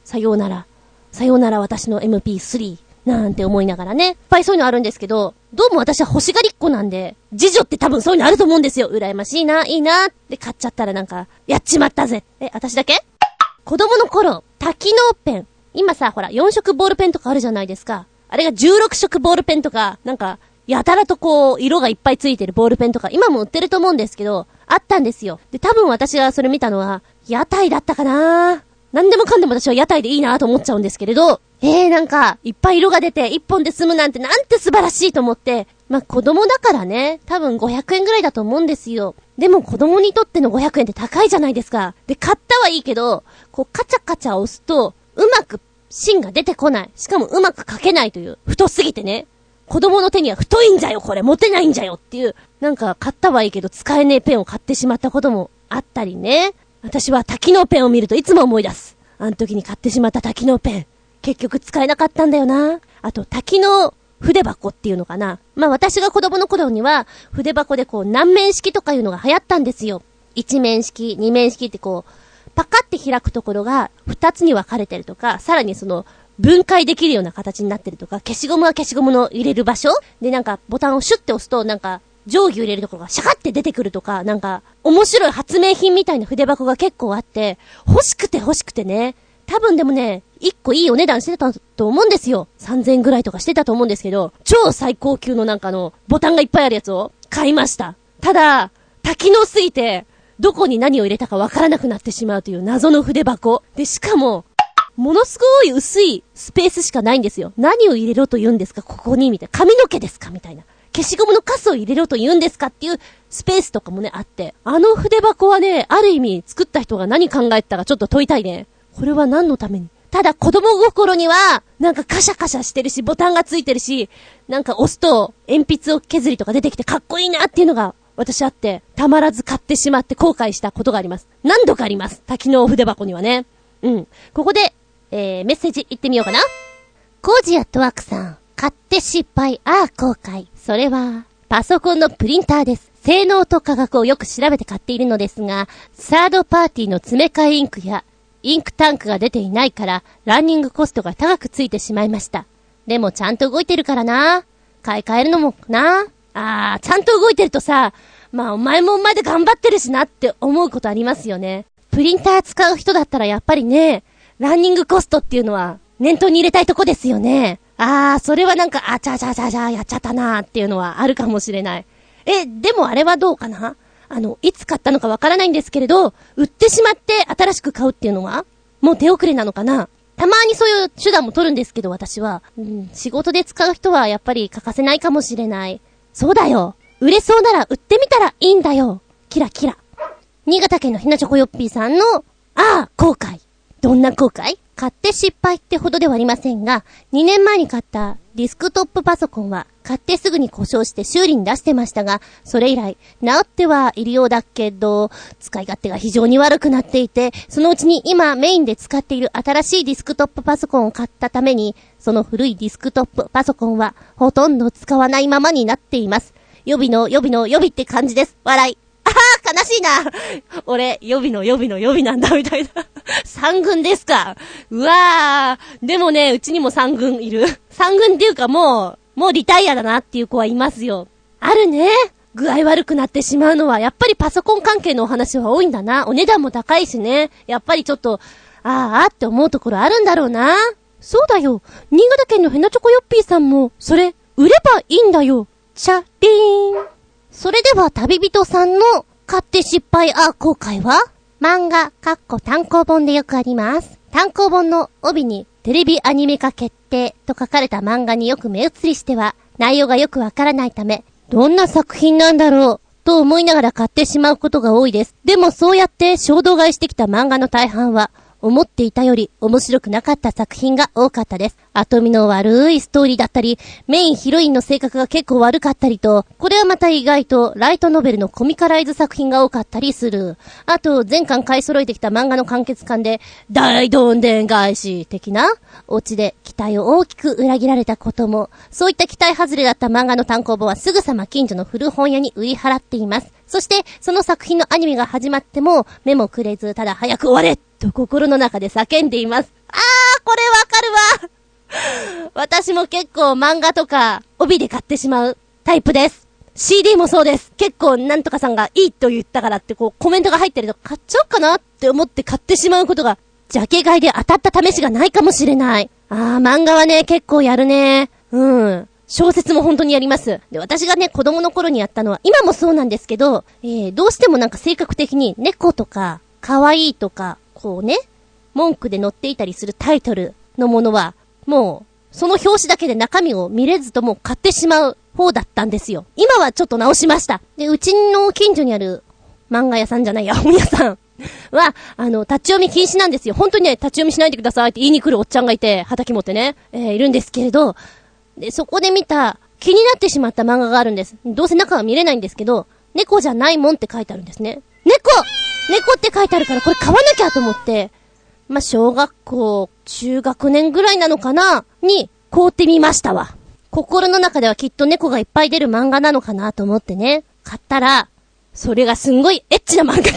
さようなら私の MP3 なんて思いながらね、いっぱいそういうのあるんですけど、どうも私は欲しがりっ子なんで、次女って多分そういうのあると思うんですよ。羨ましいな、いいなって買っちゃったらなんか、やっちまったぜ。私だけ？子供の頃、多機能ペン。今さ、ほら、4色ボールペンとかあるじゃないですか。あれが16色ボールペンとか、なんか、やたらとこう、色がいっぱいついてるボールペンとか、今も売ってると思うんですけど、あったんですよ。で、多分私がそれ見たのは、屋台だったかな。なんでもかんでも私は屋台でいいなと思っちゃうんですけれど、なんか、いっぱい色が出て、1本で済むなんてなんて素晴らしいと思って、まあ、子供だからね、多分500円ぐらいだと思うんですよ。でも子供にとっての500円って高いじゃないですか。で、買ったはいいけど、こう、カチャカチャ押すと、うまく芯が出てこない。しかもうまく書けないという。太すぎてね。子供の手には太いんじゃよ、これ。持てないんじゃよっていう。なんか、買ったはいいけど、使えねえペンを買ってしまったこともあったりね。私は多機能ペンを見るといつも思い出す。あの時に買ってしまった多機能ペン。結局使えなかったんだよな。あと、多機能筆箱っていうのかな。まあ私が子供の頃には、筆箱でこう何面式とかいうのが流行ったんですよ。1面式、2面式ってこう、パカって開くところが2つに分かれてるとか、さらにその、分解できるような形になってるとか、消しゴムは消しゴムの入れる場所でなんかボタンをシュッて押すとなんか定規を入れるところがシャカって出てくるとか、なんか面白い発明品みたいな筆箱が結構あって、欲しくてね。多分でもね、1個いいお値段してたと思うんですよ。3000円ぐらいとかしてたと思うんですけど、超最高級のなんかのボタンがいっぱいあるやつを買いました。ただ、多機能すぎて、どこに何を入れたかわからなくなってしまうという謎の筆箱。で、しかも、ものすごい薄いスペースしかないんですよ。何を入れろと言うんですかここにみたいな。髪の毛ですかみたいな。消しゴムのカスを入れろと言うんですかっていうスペースとかもね、あって。あの筆箱はね、ある意味作った人が何考えたかちょっと問いたいね。これは何のために？ただ子供心には、なんかカシャカシャしてるし、ボタンがついてるし、なんか押すと鉛筆を削りとか出てきてかっこいいなっていうのが私あって、たまらず買ってしまって後悔したことがあります。何度かあります。多機能筆箱にはね。ここで、メッセージ言ってみようかな。コージアットワークさん、買って失敗、後悔。それは、パソコンのプリンターです。性能と価格をよく調べて買っているのですが、サードパーティーの詰め替えインクや、インクタンクが出ていないから、ランニングコストが高くついてしまいました。でもちゃんと動いてるからな。買い替えるのもな。ちゃんと動いてるとさ、まあお前もお前で頑張ってるしなって思うことありますよね。プリンター使う人だったらやっぱりね、ランニングコストっていうのは念頭に入れたいとこですよね。それはなんか、やっちゃったなーっていうのはあるかもしれない。でもあれはどうかな？いつ買ったのかわからないんですけれど、売ってしまって新しく買うっていうのは、もう手遅れなのかな？たまにそういう手段も取るんですけど、私は。仕事で使う人はやっぱり欠かせないかもしれない。そうだよ。売れそうなら売ってみたらいいんだよ。キラキラ。新潟県のひなチョコヨッピーさんの、後悔。どんな後悔？買って失敗ってほどではありませんが、2年前に買ったディスクトップパソコンは買ってすぐに故障して修理に出してましたが、それ以来治ってはいるようだけど、使い勝手が非常に悪くなっていて、そのうちに今メインで使っている新しいディスクトップパソコンを買ったために、その古いディスクトップパソコンはほとんど使わないままになっています。予備って感じです。笑い。悲しいな。俺、予備なんだ、みたいな。3軍ですか。うわー。でもね、うちにも3軍いる。3軍っていうかもうリタイアだなっていう子はいますよ。あるね。具合悪くなってしまうのは、やっぱりパソコン関係のお話は多いんだな。お値段も高いしね。やっぱりちょっと、って思うところあるんだろうな。そうだよ。新潟県のヘナチョコヨッピーさんも、それ、売ればいいんだよ。チャリーン。それでは旅人さんの買って失敗後悔は漫画単行本でよくあります。単行本の帯にテレビアニメ化決定と書かれた漫画によく目移りしては内容がよくわからないため、どんな作品なんだろうと思いながら買ってしまうことが多いです。でもそうやって衝動買いしてきた漫画の大半は思っていたより面白くなかった作品が多かったです。後見の悪いストーリーだったり、メインヒロインの性格が結構悪かったりと、これはまた意外とライトノベルのコミカライズ作品が多かったりする。あと、前巻買い揃えてきた漫画の完結巻で、大どんでん返し的なオチで期待を大きく裏切られたことも、そういった期待外れだった漫画の単行本はすぐさま近所の古本屋に売り払っています。そして、その作品のアニメが始まっても、目もくれず、ただ早く終われと心の中で叫んでいます。 これわかるわ。私も結構漫画とか帯で買ってしまうタイプです。CD もそうです。結構なんとかさんがいいと言ったからってこうコメントが入ってると買っちゃおうかなって思って買ってしまうことが、ジャケ買いで当たった試しがないかもしれない。漫画はね、結構やるね。小説も本当にやります。で、私がね、子供の頃にやったのは、今もそうなんですけど、どうしてもなんか性格的に猫とか、可愛いとか、こうね、文句で載っていたりするタイトルのものは、もう、その表紙だけで中身を見れずとも買ってしまう方だったんですよ。今はちょっと直しました。で、うちの近所にある漫画屋さんじゃないや、本屋さんは、立ち読み禁止なんですよ。本当にね、立ち読みしないでくださいって言いに来るおっちゃんがいて、畑持ってね、いるんですけれど、で、そこで見た、気になってしまった漫画があるんです。どうせ中は見れないんですけど、猫じゃないもんって書いてあるんですね。猫って書いてあるからこれ買わなきゃと思って、小学校、中学年ぐらいなのかなに、買ってみましたわ。心の中ではきっと猫がいっぱい出る漫画なのかなと思ってね、買ったら、それがすんごいエッチな漫画で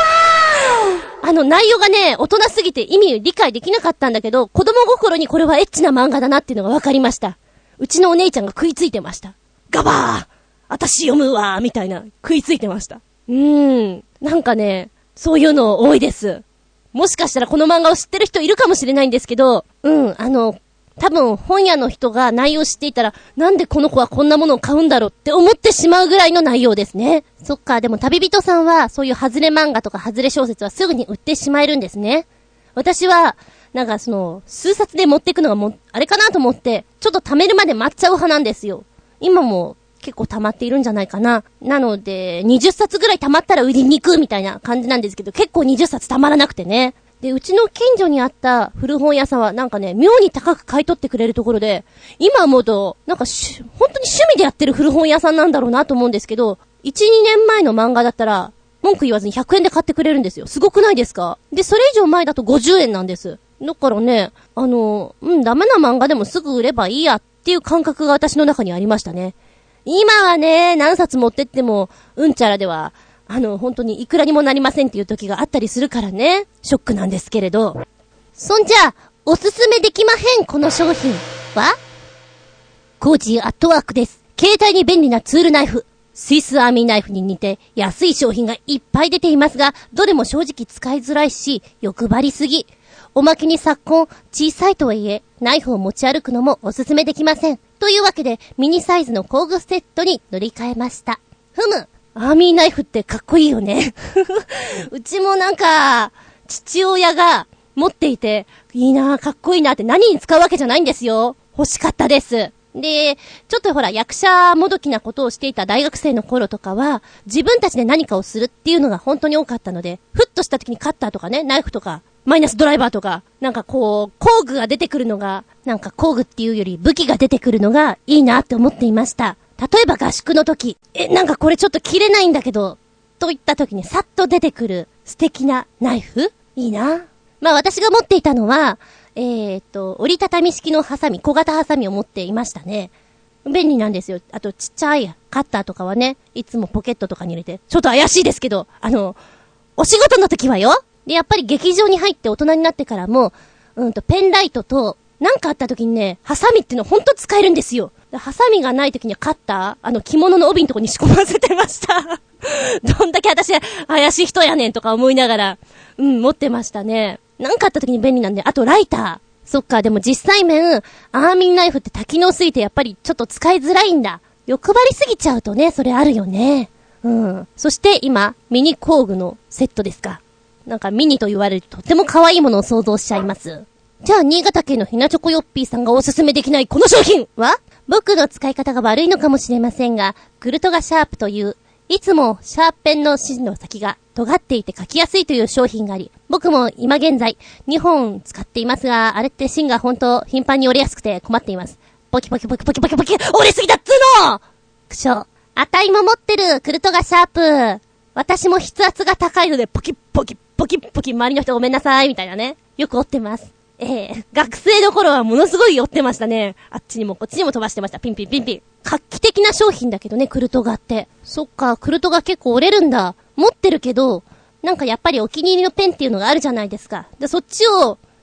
内容がね、大人すぎて意味理解できなかったんだけど、子供心にこれはエッチな漫画だなっていうのが分かりました。うちのお姉ちゃんが食いついてました。ガバー私読むわーみたいな、食いついてました。なんかね、そういうの多いです。もしかしたらこの漫画を知ってる人いるかもしれないんですけど、多分本屋の人が内容知っていたら、なんでこの子はこんなものを買うんだろうって思ってしまうぐらいの内容ですね。そっか、でも旅人さんはそういう外れ漫画とか外れ小説はすぐに売ってしまえるんですね。私は、なんか数冊で持っていくのがあれかなと思って、ちょっと貯めるまで待っちゃう派なんですよ。今も結構溜まっているんじゃないかな。なので、20冊ぐらい溜まったら売りに行くみたいな感じなんですけど、結構20冊溜まらなくてね。で、うちの近所にあった古本屋さんはなんかね、妙に高く買い取ってくれるところで、今思うと、なんか本当に趣味でやってる古本屋さんなんだろうなと思うんですけど、1、2年前の漫画だったら、文句言わずに100円で買ってくれるんですよ。すごくないですか？で、それ以上前だと50円なんです。だからね、ダメな漫画でもすぐ売ればいいやっていう感覚が私の中にありましたね。今はね、何冊持ってっても、うんちゃらでは、本当にいくらにもなりませんっていう時があったりするからね、ショックなんですけれど。そんじゃ、おすすめできまへん、この商品はコージーアットワークです。携帯に便利なツールナイフ。スイスアーミーナイフに似て安い商品がいっぱい出ていますが、どれも正直使いづらいし、欲張りすぎ。おまけに昨今、小さいとはいえ、ナイフを持ち歩くのもおすすめできません。というわけで、ミニサイズの工具セットに乗り換えました。アーミーナイフってかっこいいよね。うちもなんか、父親が持っていて、いいな、かっこいいなって何に使うわけじゃないんですよ。欲しかったです。で、ちょっとほら、役者もどきなことをしていた大学生の頃とかは、自分たちで何かをするっていうのが本当に多かったので、ふっとした時にカッターとかね、ナイフとか、マイナスドライバーとか、なんかこう、工具が出てくるのが、なんか工具っていうより武器が出てくるのがいいなって思っていました。例えば合宿の時、なんかこれちょっと切れないんだけど、といった時にさっと出てくる素敵なナイフ？いいな。私が持っていたのは、折りたたみ式のハサミ、小型ハサミを持っていましたね。便利なんですよ。あとちっちゃいカッターとかはね、いつもポケットとかに入れて、ちょっと怪しいですけど、お仕事の時はよ。で、やっぱり劇場に入って大人になってからも、ペンライトと、なんかあった時にね、ハサミっていうのほんと使えるんですよ。ハサミがない時にはカッター、着物の帯のとこに仕込ませてました。どんだけ私怪しい人やねんとか思いながら、持ってましたね。なんかあった時に便利なんで、あとライター。そっか、でも実際面、アーミーナイフって多機能すぎてやっぱりちょっと使いづらいんだ。欲張りすぎちゃうとね、それあるよね。そして今、ミニ工具のセットですか。なんかミニと言われるととっても可愛いものを想像しちゃいます。じゃあ、新潟県のひなチョコヨッピーさんがおすすめできないこの商品は？僕の使い方が悪いのかもしれませんが、クルトガシャープという、いつもシャーペンの芯の先が尖っていて書きやすいという商品があり、僕も今現在2本使っていますが、あれって芯が本当頻繁に折れやすくて困っています。ポキポキポキポキポキポキ、折れすぎだっつーの！くしょ。あたいも持ってるクルトガシャープ。私も筆圧が高いのでポキポキポキポキ、周りの人ごめんなさいみたいなね。よく折ってます。学生の頃はものすごい寄ってましたね。あっちにもこっちにも飛ばしてました。ピンピンピンピン。画期的な商品だけどね、クルトガって。そっか、クルトガ結構折れるんだ。持ってるけど、なんかやっぱりお気に入りのペンっていうのがあるじゃないですか。で、そっちを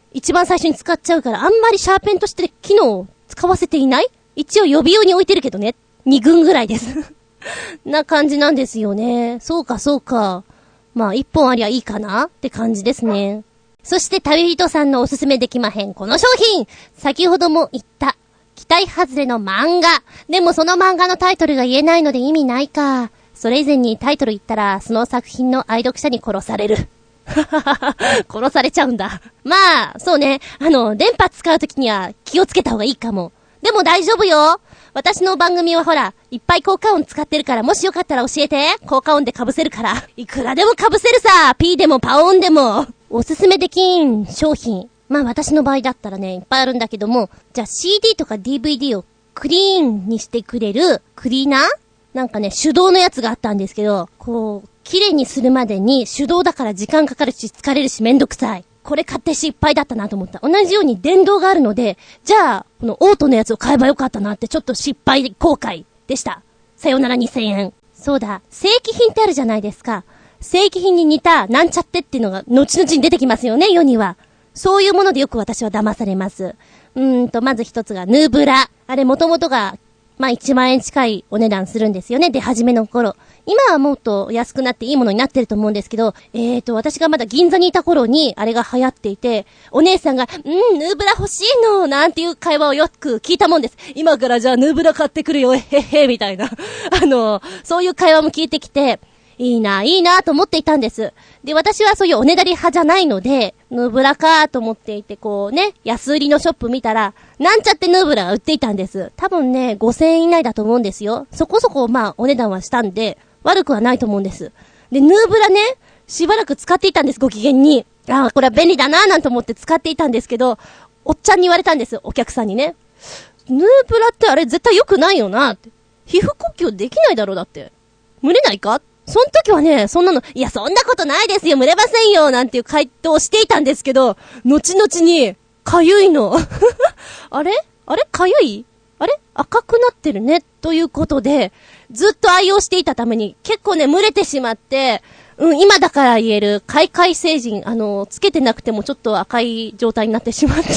一番最初に使っちゃうから、あんまりシャーペンとして機能を使わせていない？一応予備用に置いてるけどね。2軍ぐらいです。な感じなんですよね。そうか。まあ、1本ありゃいいかなって感じですね。そして旅人さんのおすすめできまへんこの商品、先ほども言った期待外れの漫画。でもその漫画のタイトルが言えないので意味ないか。それ以前にタイトル言ったらその作品の愛読者に殺される。殺されちゃうんだ。まあそうね、電波使うときには気をつけた方がいいかも。でも大丈夫よ。私の番組はほらいっぱい効果音使ってるから、もしよかったら教えて。効果音で被せるから、いくらでも被せるさ。 P でもパオンでも。おすすめできん商品、まあ私の場合だったらね、いっぱいあるんだけども、じゃあ CD とか DVD をクリーンにしてくれるクリーナー、なんかね、手動のやつがあったんですけど、こう綺麗にするまでに手動だから時間かかるし疲れるしめんどくさい。これ買って失敗だったなと思った。同じように電動があるので、じゃあこのオートのやつを買えばよかったなってちょっと失敗後悔でした。さよなら2000円。そうだ、正規品ってあるじゃないですか。正規品に似たなんちゃってっていうのが後々に出てきますよね、世には。そういうものでよく私は騙されます。まず一つがヌーブラ。あれ元々がまあ1万円近いお値段するんですよね、出始めの頃。今はもっと安くなっていいものになってると思うんですけど、私がまだ銀座にいた頃にあれが流行っていて、お姉さんがヌーブラ欲しいのなんていう会話をよく聞いたもんです。今からじゃあヌーブラ買ってくるよ、へへみたいなそういう会話も聞いてきて、いいなと思っていたんです。で、私はそういうおねだり派じゃないので、ヌーブラかと思っていて、こうね、安売りのショップ見たら、なんちゃってヌーブラが売っていたんです。多分ね、5000円以内だと思うんですよ。そこそこまあお値段はしたんで、悪くはないと思うんです。で、ヌーブラね、しばらく使っていたんです、ご機嫌に。これは便利だななんて思って使っていたんですけど、おっちゃんに言われたんです、お客さんにね。ヌーブラってあれ絶対良くないよなって。皮膚呼吸できないだろうだって。蒸れないか？その時はね、そんなの、いや、そんなことないですよ、蒸れませんよ、なんていう回答をしていたんですけど、後々に、かゆいの。あれかゆい？あれ赤くなってるね、ということで、ずっと愛用していたために、結構ね、蒸れてしまって、今だから言える、快快成人、つけてなくてもちょっと赤い状態になってしまって。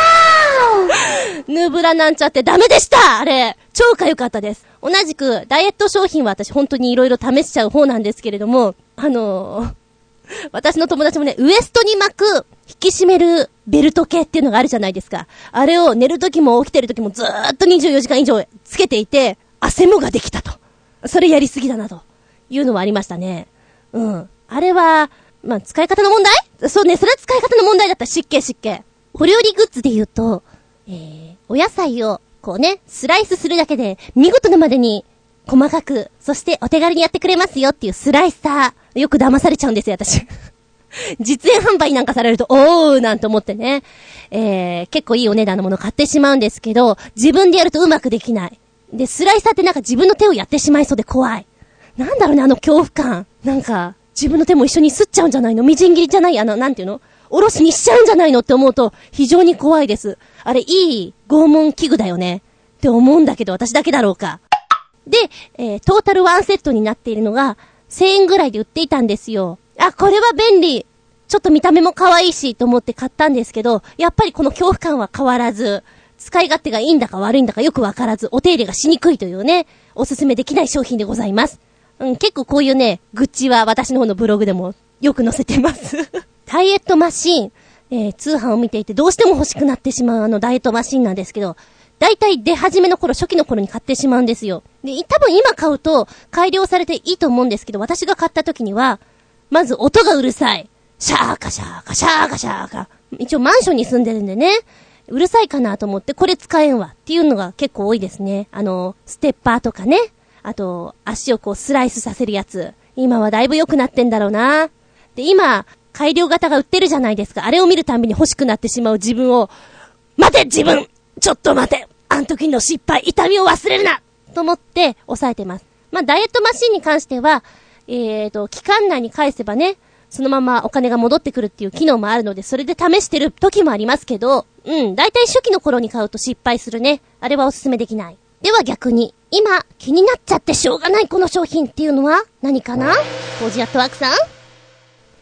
ヌーブラなんちゃってダメでした、あれ。超かゆかったです。同じく、ダイエット商品は私本当に色々試しちゃう方なんですけれども、私の友達もね、ウエストに巻く、引き締めるベルト系っていうのがあるじゃないですか。あれを寝る時も起きてる時もずーっと24時間以上つけていて、汗もができたと。それやりすぎだなというのはありましたね。あれは、まあ、使い方の問題？そうね、それは使い方の問題だった。湿気。お料理グッズで言うと、お野菜をこうね、スライスするだけで見事なまでに細かく、そしてお手軽にやってくれますよっていうスライサー。よく騙されちゃうんですよ、私。実演販売なんかされると、おーなんて思ってね。結構いいお値段のもの買ってしまうんですけど、自分でやるとうまくできない。で、スライサーってなんか自分の手をやってしまいそうで怖い。なんだろうね、恐怖感。なんか、自分の手も一緒にすっちゃうんじゃないの？みじん切りじゃない？なんていうの？おろしにしちゃうんじゃないのって思うと、非常に怖いです。あれ、いい拷問器具だよね。って思うんだけど、私だけだろうか。で、トータルワンセットになっているのが、1000円ぐらいで売っていたんですよ。これは便利。ちょっと見た目も可愛いし、と思って買ったんですけど、やっぱりこの恐怖感は変わらず、使い勝手がいいんだか悪いんだかよくわからず、お手入れがしにくいというね、おすすめできない商品でございます。結構こういうね、愚痴は私の方のブログでもよく載せてます。ダイエットマシーン、通販を見ていてどうしても欲しくなってしまうダイエットマシーンなんですけど、だいたい出始めの頃、初期の頃に買ってしまうんですよ。で、多分今買うと改良されていいと思うんですけど、私が買った時には、まず音がうるさい。シャーカシャーカシャーカシャーカ。一応マンションに住んでるんでね、うるさいかなと思ってこれ使えんわっていうのが結構多いですね。ステッパーとかね。あと、足をこうスライスさせるやつ。今はだいぶ良くなってんだろうな。で、今、改良型が売ってるじゃないですか。あれを見るたびに欲しくなってしまう自分を、待て自分ちょっと待てあん時の失敗、痛みを忘れるなと思って抑えてます。まあ、ダイエットマシンに関しては、期間内に返せばね、そのままお金が戻ってくるっていう機能もあるので、それで試してる時もありますけど、だいたい初期の頃に買うと失敗するね。あれはおすすめできない。では逆に、今気になっちゃってしょうがないこの商品っていうのは何かな？コージアットワークさん？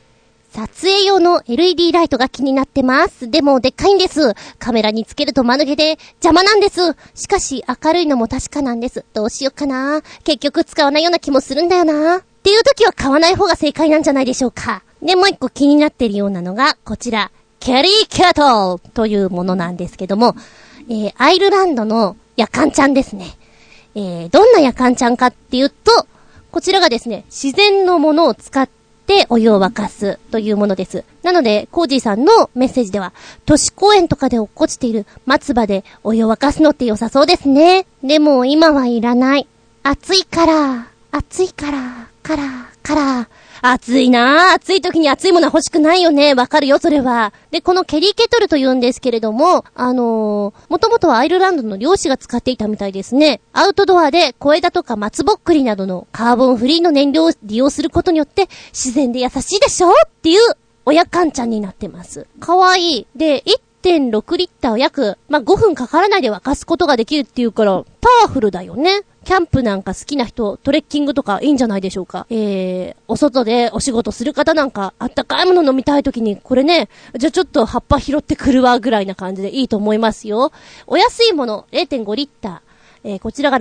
撮影用の LED ライトが気になってます。でもでっかいんです。カメラにつけると間抜けで邪魔なんです。しかし明るいのも確かなんです。どうしようかな。結局使わないような気もするんだよな。っていう時は買わない方が正解なんじゃないでしょうか。で、もう一個気になってるようなのがこちら。キャリーキャトルというものなんですけども、アイルランドのヤカンちゃんですね。どんなヤカンちゃんかっていうと、こちらがですね、自然のものを使ってお湯を沸かすというものです。なので、コージーさんのメッセージでは、都市公園とかで落っこちている松葉でお湯を沸かすのって良さそうですね。でも今はいらない。暑いから。暑いなぁ。暑い時に暑いものは欲しくないよね。わかるよ、それは。で、このケリーケトルと言うんですけれども、もともとはアイルランドの漁師が使っていたみたいですね。アウトドアで小枝とか松ぼっくりなどのカーボンフリーの燃料を利用することによって自然で優しいでしょっていう親カンちゃんになってます。かわいい。で、1.6 リッターを約、5分かからないで沸かすことができるっていうから、パワフルだよね。キャンプなんか好きな人、トレッキングとかいいんじゃないでしょうか。お外でお仕事する方なんか、あったかいもの飲みたい時に、これね、じゃあちょっと葉っぱ拾ってくるわぐらいな感じでいいと思いますよ。お安いもの、0.5 リッター。こちらが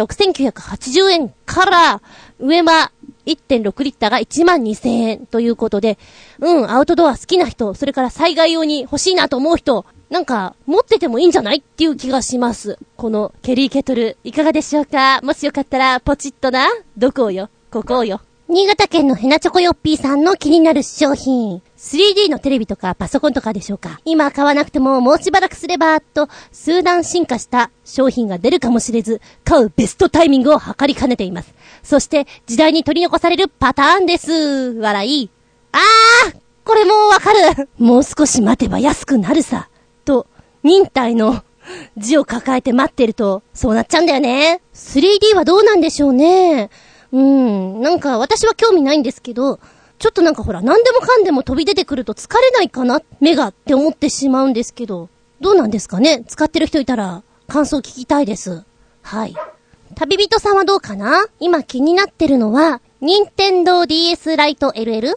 6980円から、上は 1.6 リッターが12000円ということで、アウトドア好きな人、それから災害用に欲しいなと思う人、なんか、持っててもいいんじゃないっていう気がします。このケリーケトル、いかがでしょうか。もしよかったら、ポチッとな。どこをよ。ここをよ。新潟県のヘナチョコヨッピーさんの気になる商品。3D のテレビとかパソコンとかでしょうか。今買わなくてももうしばらくすれば、と、数段進化した商品が出るかもしれず、買うベストタイミングを測りかねています。そして、時代に取り残されるパターンです。笑い。これもうわかる。もう少し待てば安くなるさ。と、忍耐の字を抱えて待ってると、そうなっちゃうんだよね。3D はどうなんでしょうね。なんか私は興味ないんですけど、ちょっとなんかほら、何でもかんでも飛び出てくると疲れないかな、目がって思ってしまうんですけど、どうなんですかね。使ってる人いたら、感想聞きたいです。はい。旅人さんはどうかな。今気になってるのは、任天堂 DS ライト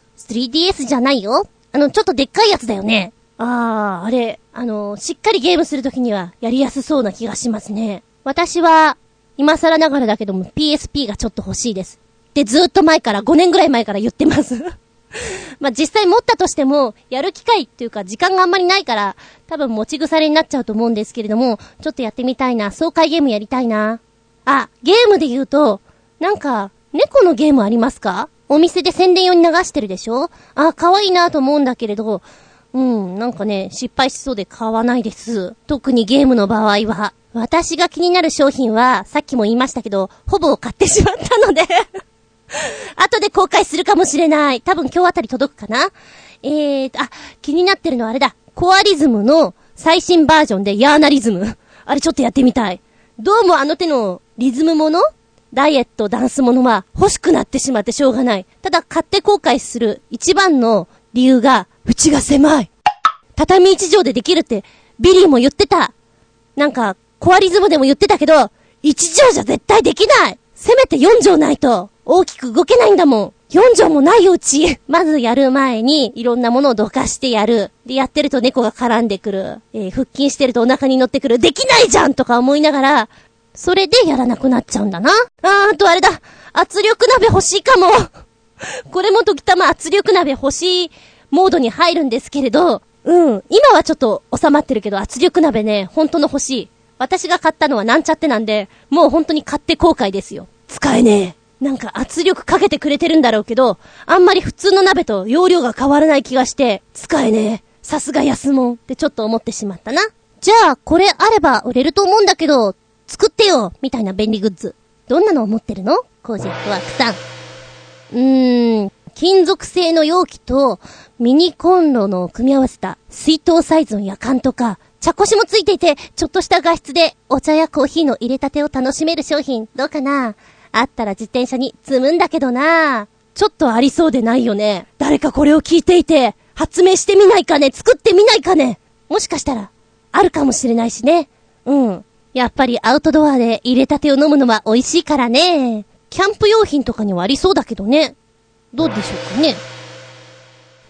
LL?3DS じゃないよ。ちょっとでっかいやつだよね。あれ、しっかりゲームするときにはやりやすそうな気がしますね。私は、今更ながらだけども PSP がちょっと欲しいです。で、ずーっと前から、5年ぐらい前から言ってます。実際持ったとしても、やる機会っていうか時間があんまりないから、多分持ち腐れになっちゃうと思うんですけれども、ちょっとやってみたいな。爽快ゲームやりたいな。ゲームで言うと、なんか、猫のゲームありますか？お店で宣伝用に流してるでしょ？可愛いなと思うんだけれど、なんかね、失敗しそうで買わないです。特にゲームの場合は。私が気になる商品は、さっきも言いましたけど、ほぼ買ってしまったので、後で公開するかもしれない。多分今日あたり届くかな？気になってるのはあれだ。コアリズムの最新バージョンでヤーナリズム。あれちょっとやってみたい。どうもあの手のリズムもの？ダイエット、ダンスものは欲しくなってしまってしょうがない。ただ買って後悔する一番の理由が、うちが狭い。畳1畳でできるってビリーも言ってた。なんかコアリズムでも言ってたけど、1畳じゃ絶対できない。せめて4畳ないと大きく動けないんだもん。4畳もないようち。まずやる前にいろんなものをどかしてやる。でやってると猫が絡んでくる。腹筋してるとお腹に乗ってくる。できないじゃんとか思いながら、それでやらなくなっちゃうんだな。あとあれだ。圧力鍋欲しいかも。これも時たま圧力鍋欲しいモードに入るんですけれど、今はちょっと収まってるけど圧力鍋ね、本当の欲しい。私が買ったのはなんちゃってなんで、もう本当に買って後悔ですよ。使えねえ。なんか圧力かけてくれてるんだろうけど、あんまり普通の鍋と容量が変わらない気がして、使えねえ。さすが安もんってちょっと思ってしまったな。じゃあこれあれば売れると思うんだけど、作ってよみたいな便利グッズ。どんなのを持ってるの？コージットワークさん。金属製の容器とミニコンロの組み合わせた水筒サイズのやかんとか、茶こしもついていて、ちょっとした画質でお茶やコーヒーの入れたてを楽しめる商品、どうかな？あったら自転車に積むんだけどな。ちょっとありそうでないよね。誰かこれを聞いていて、発明してみないかね？作ってみないかね？もしかしたら、あるかもしれないしね。やっぱりアウトドアで入れたてを飲むのは美味しいからね。キャンプ用品とかにはありそうだけどね。どうでしょうかね。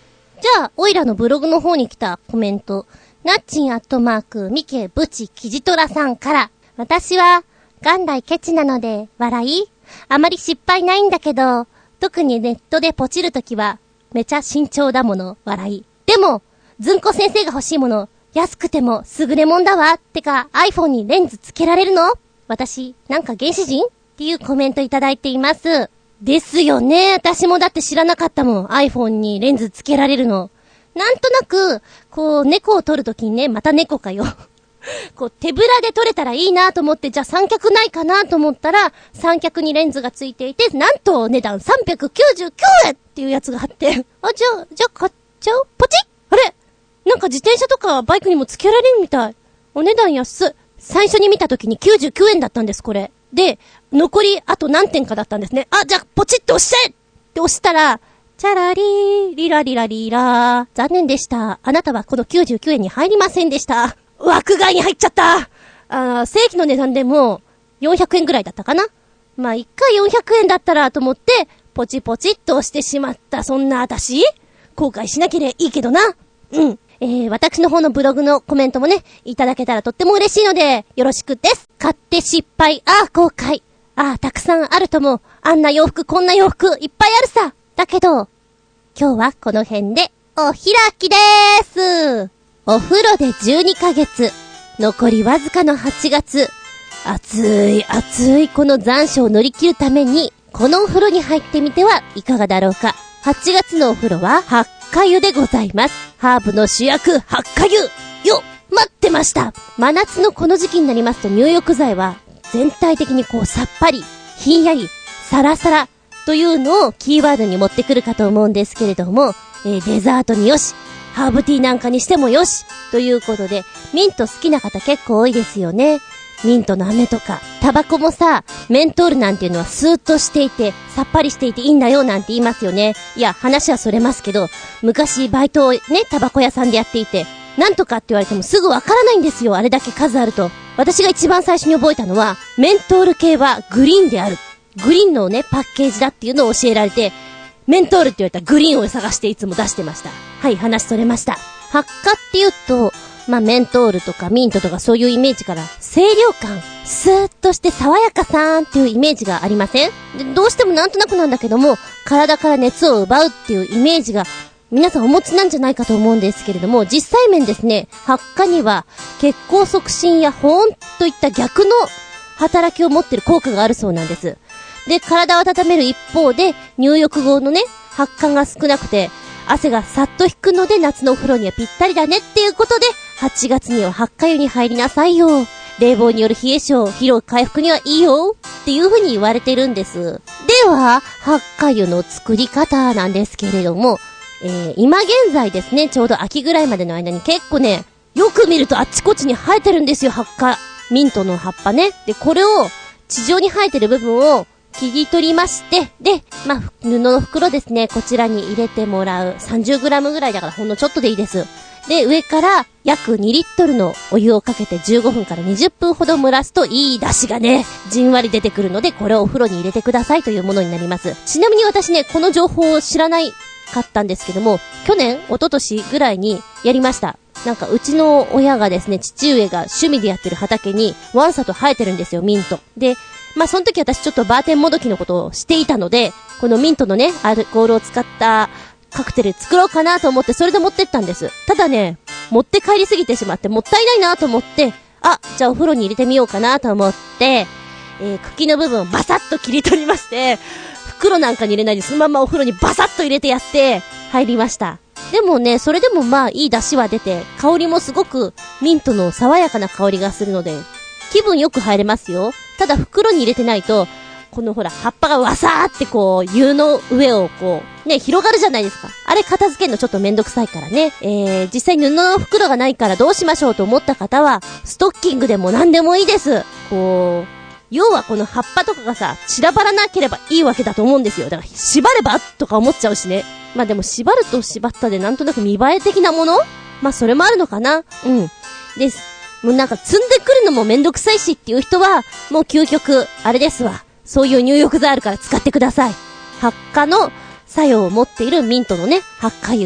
じゃあ、オイラのブログの方に来たコメント。ナッチン@ミケブチキジトラさんから。私は、元来ケチなので、笑い？あまり失敗ないんだけど、特にネットでポチるときは、めちゃ慎重だもの、笑い。でも、ずんこ先生が欲しいもの、安くても優れもんだわ。ってか、iPhone にレンズつけられるの？私、なんか原始人？っていうコメントいただいています。ですよね。私もだって知らなかったもん。iPhone にレンズつけられるの。なんとなく、こう、猫を撮るときにね、また猫かよ。こう、手ぶらで撮れたらいいなと思って、じゃあ三脚ないかなと思ったら、三脚にレンズがついていて、なんと値段399円っていうやつがあって、じゃあ買っちゃう？ポチッ！あれ？なんか自転車とかバイクにもつけられるみたい。お値段安っ。最初に見たときに99円だったんです、これ。で、残りあと何点かだったんですね。じゃあポチッと押してって押したら、チャラリー、リラリラリーラー。残念でした。あなたはこの99円に入りませんでした。枠外に入っちゃった。正規の値段でも400円ぐらいだったかな。まあ、1回400円だったらと思って、ポチポチっと押してしまった。そんな私後悔しなければいいけどな。私の方のブログのコメントもね、いただけたらとっても嬉しいので、よろしくです。買って失敗、後悔。たくさんあるとも、あんな洋服、こんな洋服、いっぱいあるさ。だけど、今日はこの辺で、お開きでーす。お風呂で12ヶ月。残りわずかの8月。暑いこの残暑を乗り切るために、このお風呂に入ってみてはいかがだろうか。8月のお風呂は、八花湯でございます。ハーブの主役、八花湯よ、待ってました。真夏のこの時期になりますと入浴剤は、全体的にこうさっぱり、ひんやり、サラサラというのをキーワードに持ってくるかと思うんですけれども、デザートによし、ハーブティーなんかにしてもよしということで、ミント好きな方結構多いですよね。ミントの飴とか、タバコもさ、メントールなんていうのはスーッとしていて、さっぱりしていていいんだよなんて言いますよね。いや、話はそれますけど、昔バイトをね、タバコ屋さんでやっていて、なんとかって言われてもすぐわからないんですよ。あれだけ数あると。私が一番最初に覚えたのは、メントール系はグリーンである。グリーンのね、パッケージだっていうのを教えられて、メントールって言われたらグリーンを探していつも出してました。はい、話それました。発火って言うと、メントールとかミントとかそういうイメージから、清涼感、スーッとして爽やかさーんっていうイメージがありません？で、どうしてもなんとなくなんだけども、体から熱を奪うっていうイメージが、皆さんお持ちなんじゃないかと思うんですけれども、実際面ですね、発火には、血行促進や保温といった逆の働きを持っている効果があるそうなんです。で、体を温める一方で、入浴後のね、発汗が少なくて、汗がさっと引くので夏のお風呂にはぴったりだねっていうことで、8月には八花湯に入りなさいよ。冷房による冷え性、疲労回復にはいいよっていう風に言われてるんです。では、八花湯の作り方なんですけれども、今現在ですね、ちょうど秋ぐらいまでの間に結構ね、よく見るとあっちこっちに生えてるんですよ、八花。ミントの葉っぱね。で、これを、地上に生えてる部分を、切り取りまして、で、布の袋ですね、こちらに入れてもらう。30g ぐらいだからほんのちょっとでいいです。で、上から約2リットルのお湯をかけて15分から20分ほど蒸らすといい出汁がね、じんわり出てくるので、これをお風呂に入れてくださいというものになります。ちなみに私ね、この情報を知らないかったんですけども、去年、一昨年ぐらいにやりました。なんかうちの親がですね、父上が趣味でやってる畑にワンサと生えてるんですよ、ミント。で、その時私ちょっとバーテンもどきのことをしていたので、このミントのね、アルコールを使ったカクテル作ろうかなと思ってそれで持ってったんです。ただね、持って帰りすぎてしまってもったいないなと思って、じゃあお風呂に入れてみようかなと思って、茎の部分をバサッと切り取りまして、袋なんかに入れないでそのままお風呂にバサッと入れてやって入りました。でもね、それでもいい出汁は出て、香りもすごくミントの爽やかな香りがするので、気分よく入れますよ。ただ袋に入れてないと、このほら、葉っぱがわさーってこう、湯の上をこう、ね、広がるじゃないですか。あれ片付けるのちょっとめんどくさいからね。実際布の袋がないからどうしましょうと思った方は、ストッキングでも何でもいいです。こう、要はこの葉っぱとかがさ、散らばらなければいいわけだと思うんですよ。だから縛ればとか思っちゃうしね。でも縛ると縛ったでなんとなく見栄え的なもの？それもあるのかな。です。もうなんか積んでくるのもめんどくさいしっていう人は、もう究極、あれですわ。そういう入浴剤あるから使ってください。発火の作用を持っているミントのね、発火油。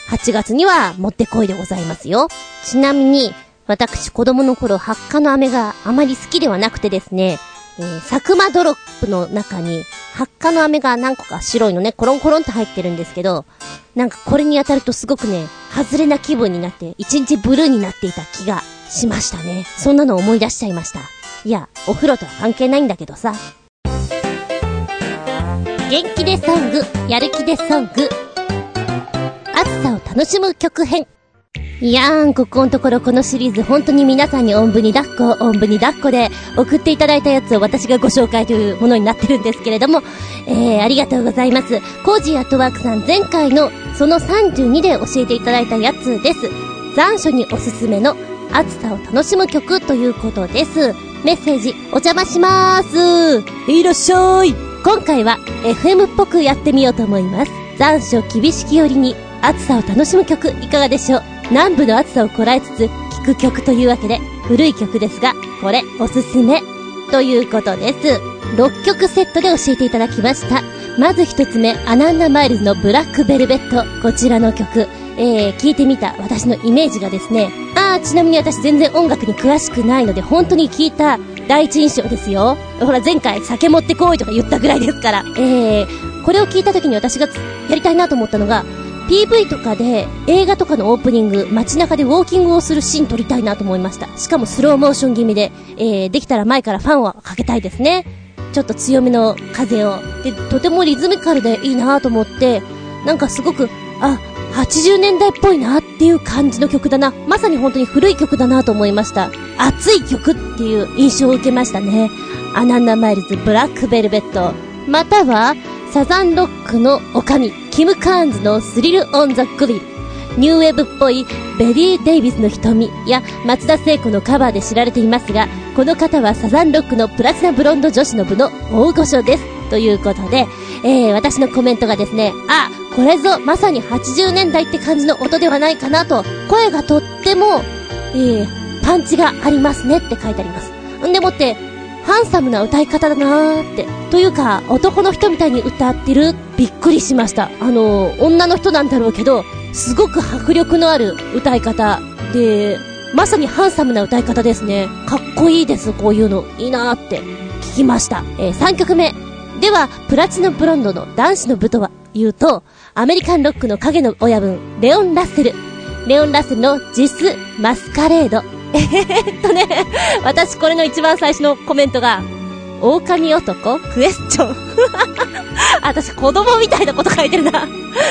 8月にはもってこいでございますよ。ちなみに、私子供の頃、ハッカの飴があまり好きではなくてですね、サクマドロップの中に、ハッカの飴が何個か白いのね、コロンコロンって入ってるんですけど、なんかこれに当たるとすごくね、外れな気分になって、一日ブルーになっていた気がしましたね。そんなのを思い出しちゃいました。いや、お風呂とは関係ないんだけどさ。元気でソング、やる気でソング。暑さを楽しむ曲編。いやーん、ここのところこのシリーズ本当に皆さんにおんぶに抱っこ、おんぶに抱っこで送っていただいたやつを私がご紹介というものになってるんですけれども、ありがとうございます。コージーアットワークさん、前回のその32で教えていただいたやつです。残暑におすすめの暑さを楽しむ曲ということです。メッセージお邪魔しまーす。いらっしゃい。今回は FM っぽくやってみようと思います。残暑厳しきよりに暑さを楽しむ曲いかがでしょう。南部の暑さをこらえつつ聴く曲というわけで、古い曲ですがこれおすすめということです。6曲セットで教えていただきました。まず1つ目、アナンナマイルズのブラックベルベット。こちらの曲、聴いてみた私のイメージがですね、ちなみに私全然音楽に詳しくないので本当に聴いた第一印象ですよ。ほら前回酒持ってこいとか言ったぐらいですから、これを聞いた時に私がやりたいなと思ったのが、PV とかで映画とかのオープニング、街中でウォーキングをするシーン撮りたいなと思いました。しかもスローモーション気味で、できたら前からファンはかけたいですね。ちょっと強めの風をで、とてもリズミカルでいいなと思って、なんかすごく80年代っぽいなっていう感じの曲だな。まさに本当に古い曲だなと思いました。熱い曲っていう印象を受けましたね。アナンナマイルズブラックベルベット、またはサザンロックの女将キム・カーンズのスリル・オン・ザ・グリル、ニューウェーブっぽいベリー・デイビスの瞳や松田聖子のカバーで知られていますが、この方はサザンロックのプラチナブロンド女子の部の大御所ですということで、私のコメントがですね、これぞまさに80年代って感じの音ではないかなと。声がとっても、パンチがありますねって書いてあります。んでもってハンサムな歌い方だなーって、というか男の人みたいに歌ってる。びっくりしました。女の人なんだろうけどすごく迫力のある歌い方で、まさにハンサムな歌い方ですね。かっこいいです。こういうのいいなーって聞きました。3曲目では、プラチナブロンドの男子の部とは言うと、アメリカンロックの影の親分レオン・ラッセルのジス・マスカレード。私これの一番最初のコメントが、狼男クエスチョン私子供みたいなこと書いてるな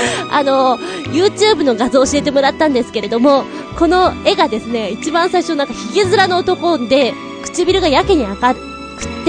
YouTube の画像を教えてもらったんですけれども、この絵がですね、一番最初なんかヒゲ面の男で、唇がやけに赤くって、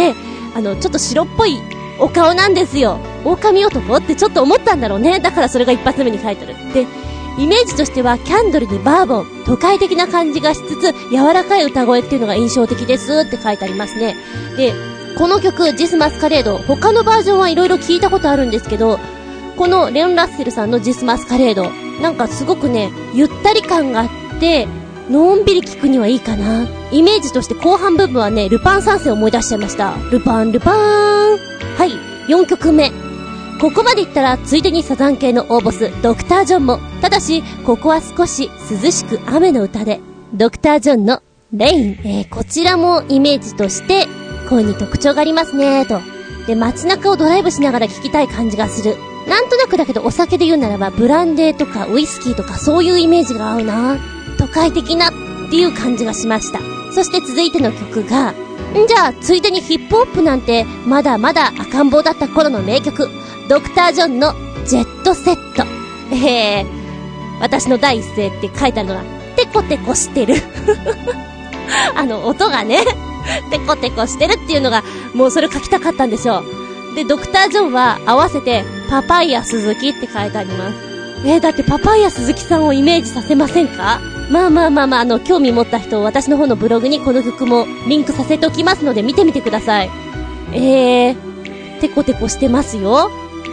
ちょっと白っぽいお顔なんですよ。狼男ってちょっと思ったんだろうね。だからそれが一発目に書いてある。で、イメージとしてはキャンドルにバーボン、都会的な感じがしつつ柔らかい歌声っていうのが印象的ですって書いてありますね。で、この曲ジスマスカレード、他のバージョンはいろいろ聞いたことあるんですけど、このレオン・ラッセルさんのジスマスカレード、なんかすごくね、ゆったり感があってのんびり聴くにはいいかな。イメージとして後半部分はね、ルパン三世を思い出しちゃいました。ルパン。はい、4曲目。ここまでいったらついでにサザン系の大ボスドクター・ジョンも。ただしここは少し涼しく雨の歌で、ドクター・ジョンのレイン。こちらもイメージとして声に特徴がありますねと。で、街中をドライブしながら聴きたい感じがする。なんとなくだけどお酒で言うならばブランデーとかウイスキーとかそういうイメージが合うな。都会的なっていう感じがしました。そして続いての曲が、じゃあついでにヒップホップなんてまだまだ赤ん坊だった頃の名曲、ドクター・ジョンのジェットセット。私の第一声って書いてあるのがテコテコしてる音がねテコテコしてるっていうのが、もうそれ書きたかったんでしょう。で、ドクター・ジョンは合わせてパパイヤ鈴木って書いてあります。だってパパイヤ鈴木さんをイメージさせませんか？まあ興味持った人、私の方のブログにこの曲もリンクさせておきますので見てみてください。テコテコしてますよ。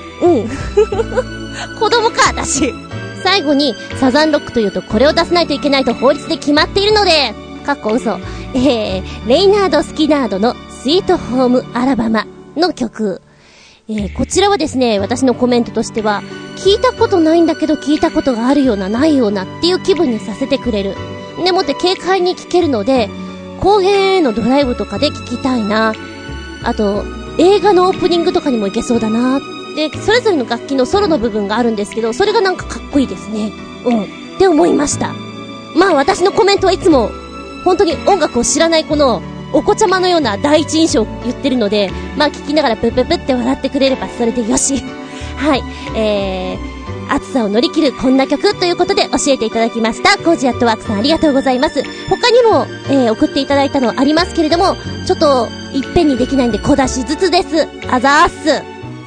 子供か私。最後にサザンロックというとこれを出さないといけないと法律で決まっているので、かっこ嘘。レイナード・スキナードのスイートホームアラバマの曲。 こちらはですね、私のコメントとしては、聞いたことないんだけど聞いたことがあるようなないようなっていう気分にさせてくれる。でもって軽快に聞けるので、後編へのドライブとかで聞きたいな。あと、映画のオープニングとかにもいけそうだな。で、それぞれの楽器のソロの部分があるんですけど、それがなんかかっこいいですね。って思いました。まあ私のコメントはいつも、本当に音楽を知らない子のお子ちゃまのような第一印象を言ってるので、まあ聞きながらプッププって笑ってくれればそれでよし。はい。暑さを乗り切るこんな曲ということで教えていただきました。コージアットワークさんありがとうございます。他にも、送っていただいたのありますけれども、ちょっといっぺんにできないんで小出しずつです。あざーす。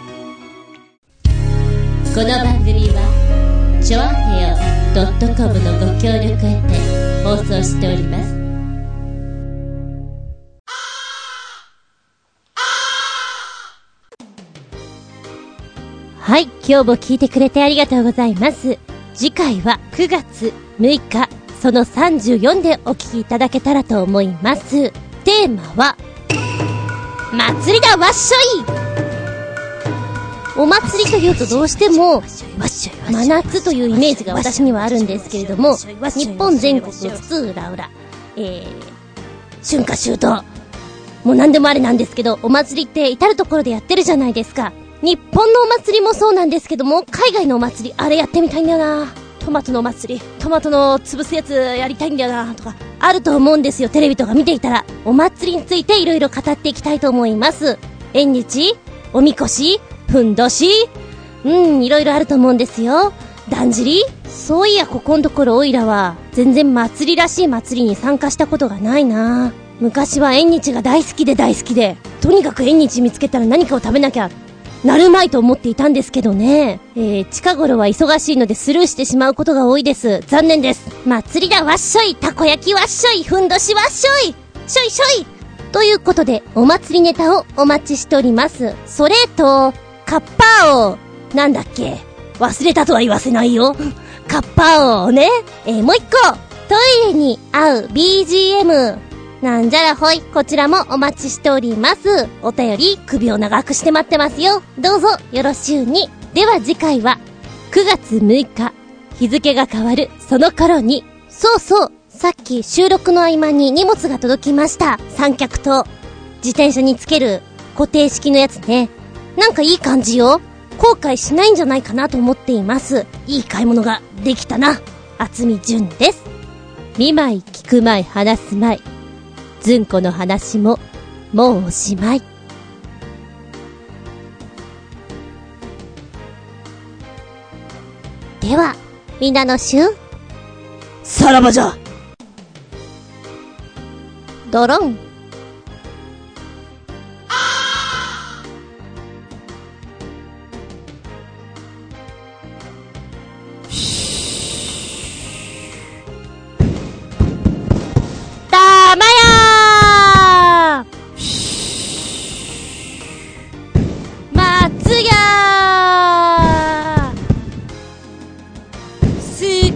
この番組はちょあへよ .com のご協力へて放送しております。 はい、今日も聞いてくれてありがとうございます。次回は9月6日その34でお聞きいただけたらと思います。テーマは祭りだわっしょい。お祭りというとどうしても真夏というイメージが私にはあるんですけれども、日本全国津々浦々、春夏秋冬もう何でもあれなんですけど、お祭りって至るところでやってるじゃないですか。日本のお祭りもそうなんですけども、海外のお祭りあれやってみたいんだよな。トマトのお祭り、トマトの潰すやつやりたいんだよなとかあると思うんですよ。テレビとか見ていたらお祭りについていろいろ語っていきたいと思います。縁日、おみこし、ふんどし、いろいろあると思うんですよ。だんじり、そういやここのところおいらは全然祭りらしい祭りに参加したことがないな。昔は縁日が大好きでとにかく縁日見つけたら何かを食べなきゃなるまいと思っていたんですけどね。近頃は忙しいのでスルーしてしまうことが多いです。残念です。祭りだわっしょい、たこ焼きわっしょい、ふんどしわっしょい、しょいしょいということでお祭りネタをお待ちしております。それとカッパー王なんだっけ、忘れたとは言わせないよ。カッパー王ね。もう一個、トイレに合う BGMなんじゃらほい、こちらもお待ちしております。お便り首を長くして待ってますよ。どうぞよろしゅうに。では次回は9月6日日付が変わるその頃に、そうそう、さっき収録の合間に荷物が届きました。三脚と自転車につける固定式のやつね。なんかいい感じよ。後悔しないんじゃないかなと思っています。いい買い物ができたな。厚み純です。 見舞い聞く舞い話す舞い、ずんこの話ももうおしまい。 ではみんなの週さらばじゃ。 ドロン。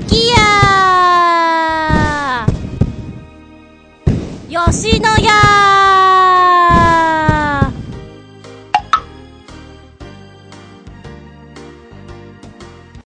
吉野家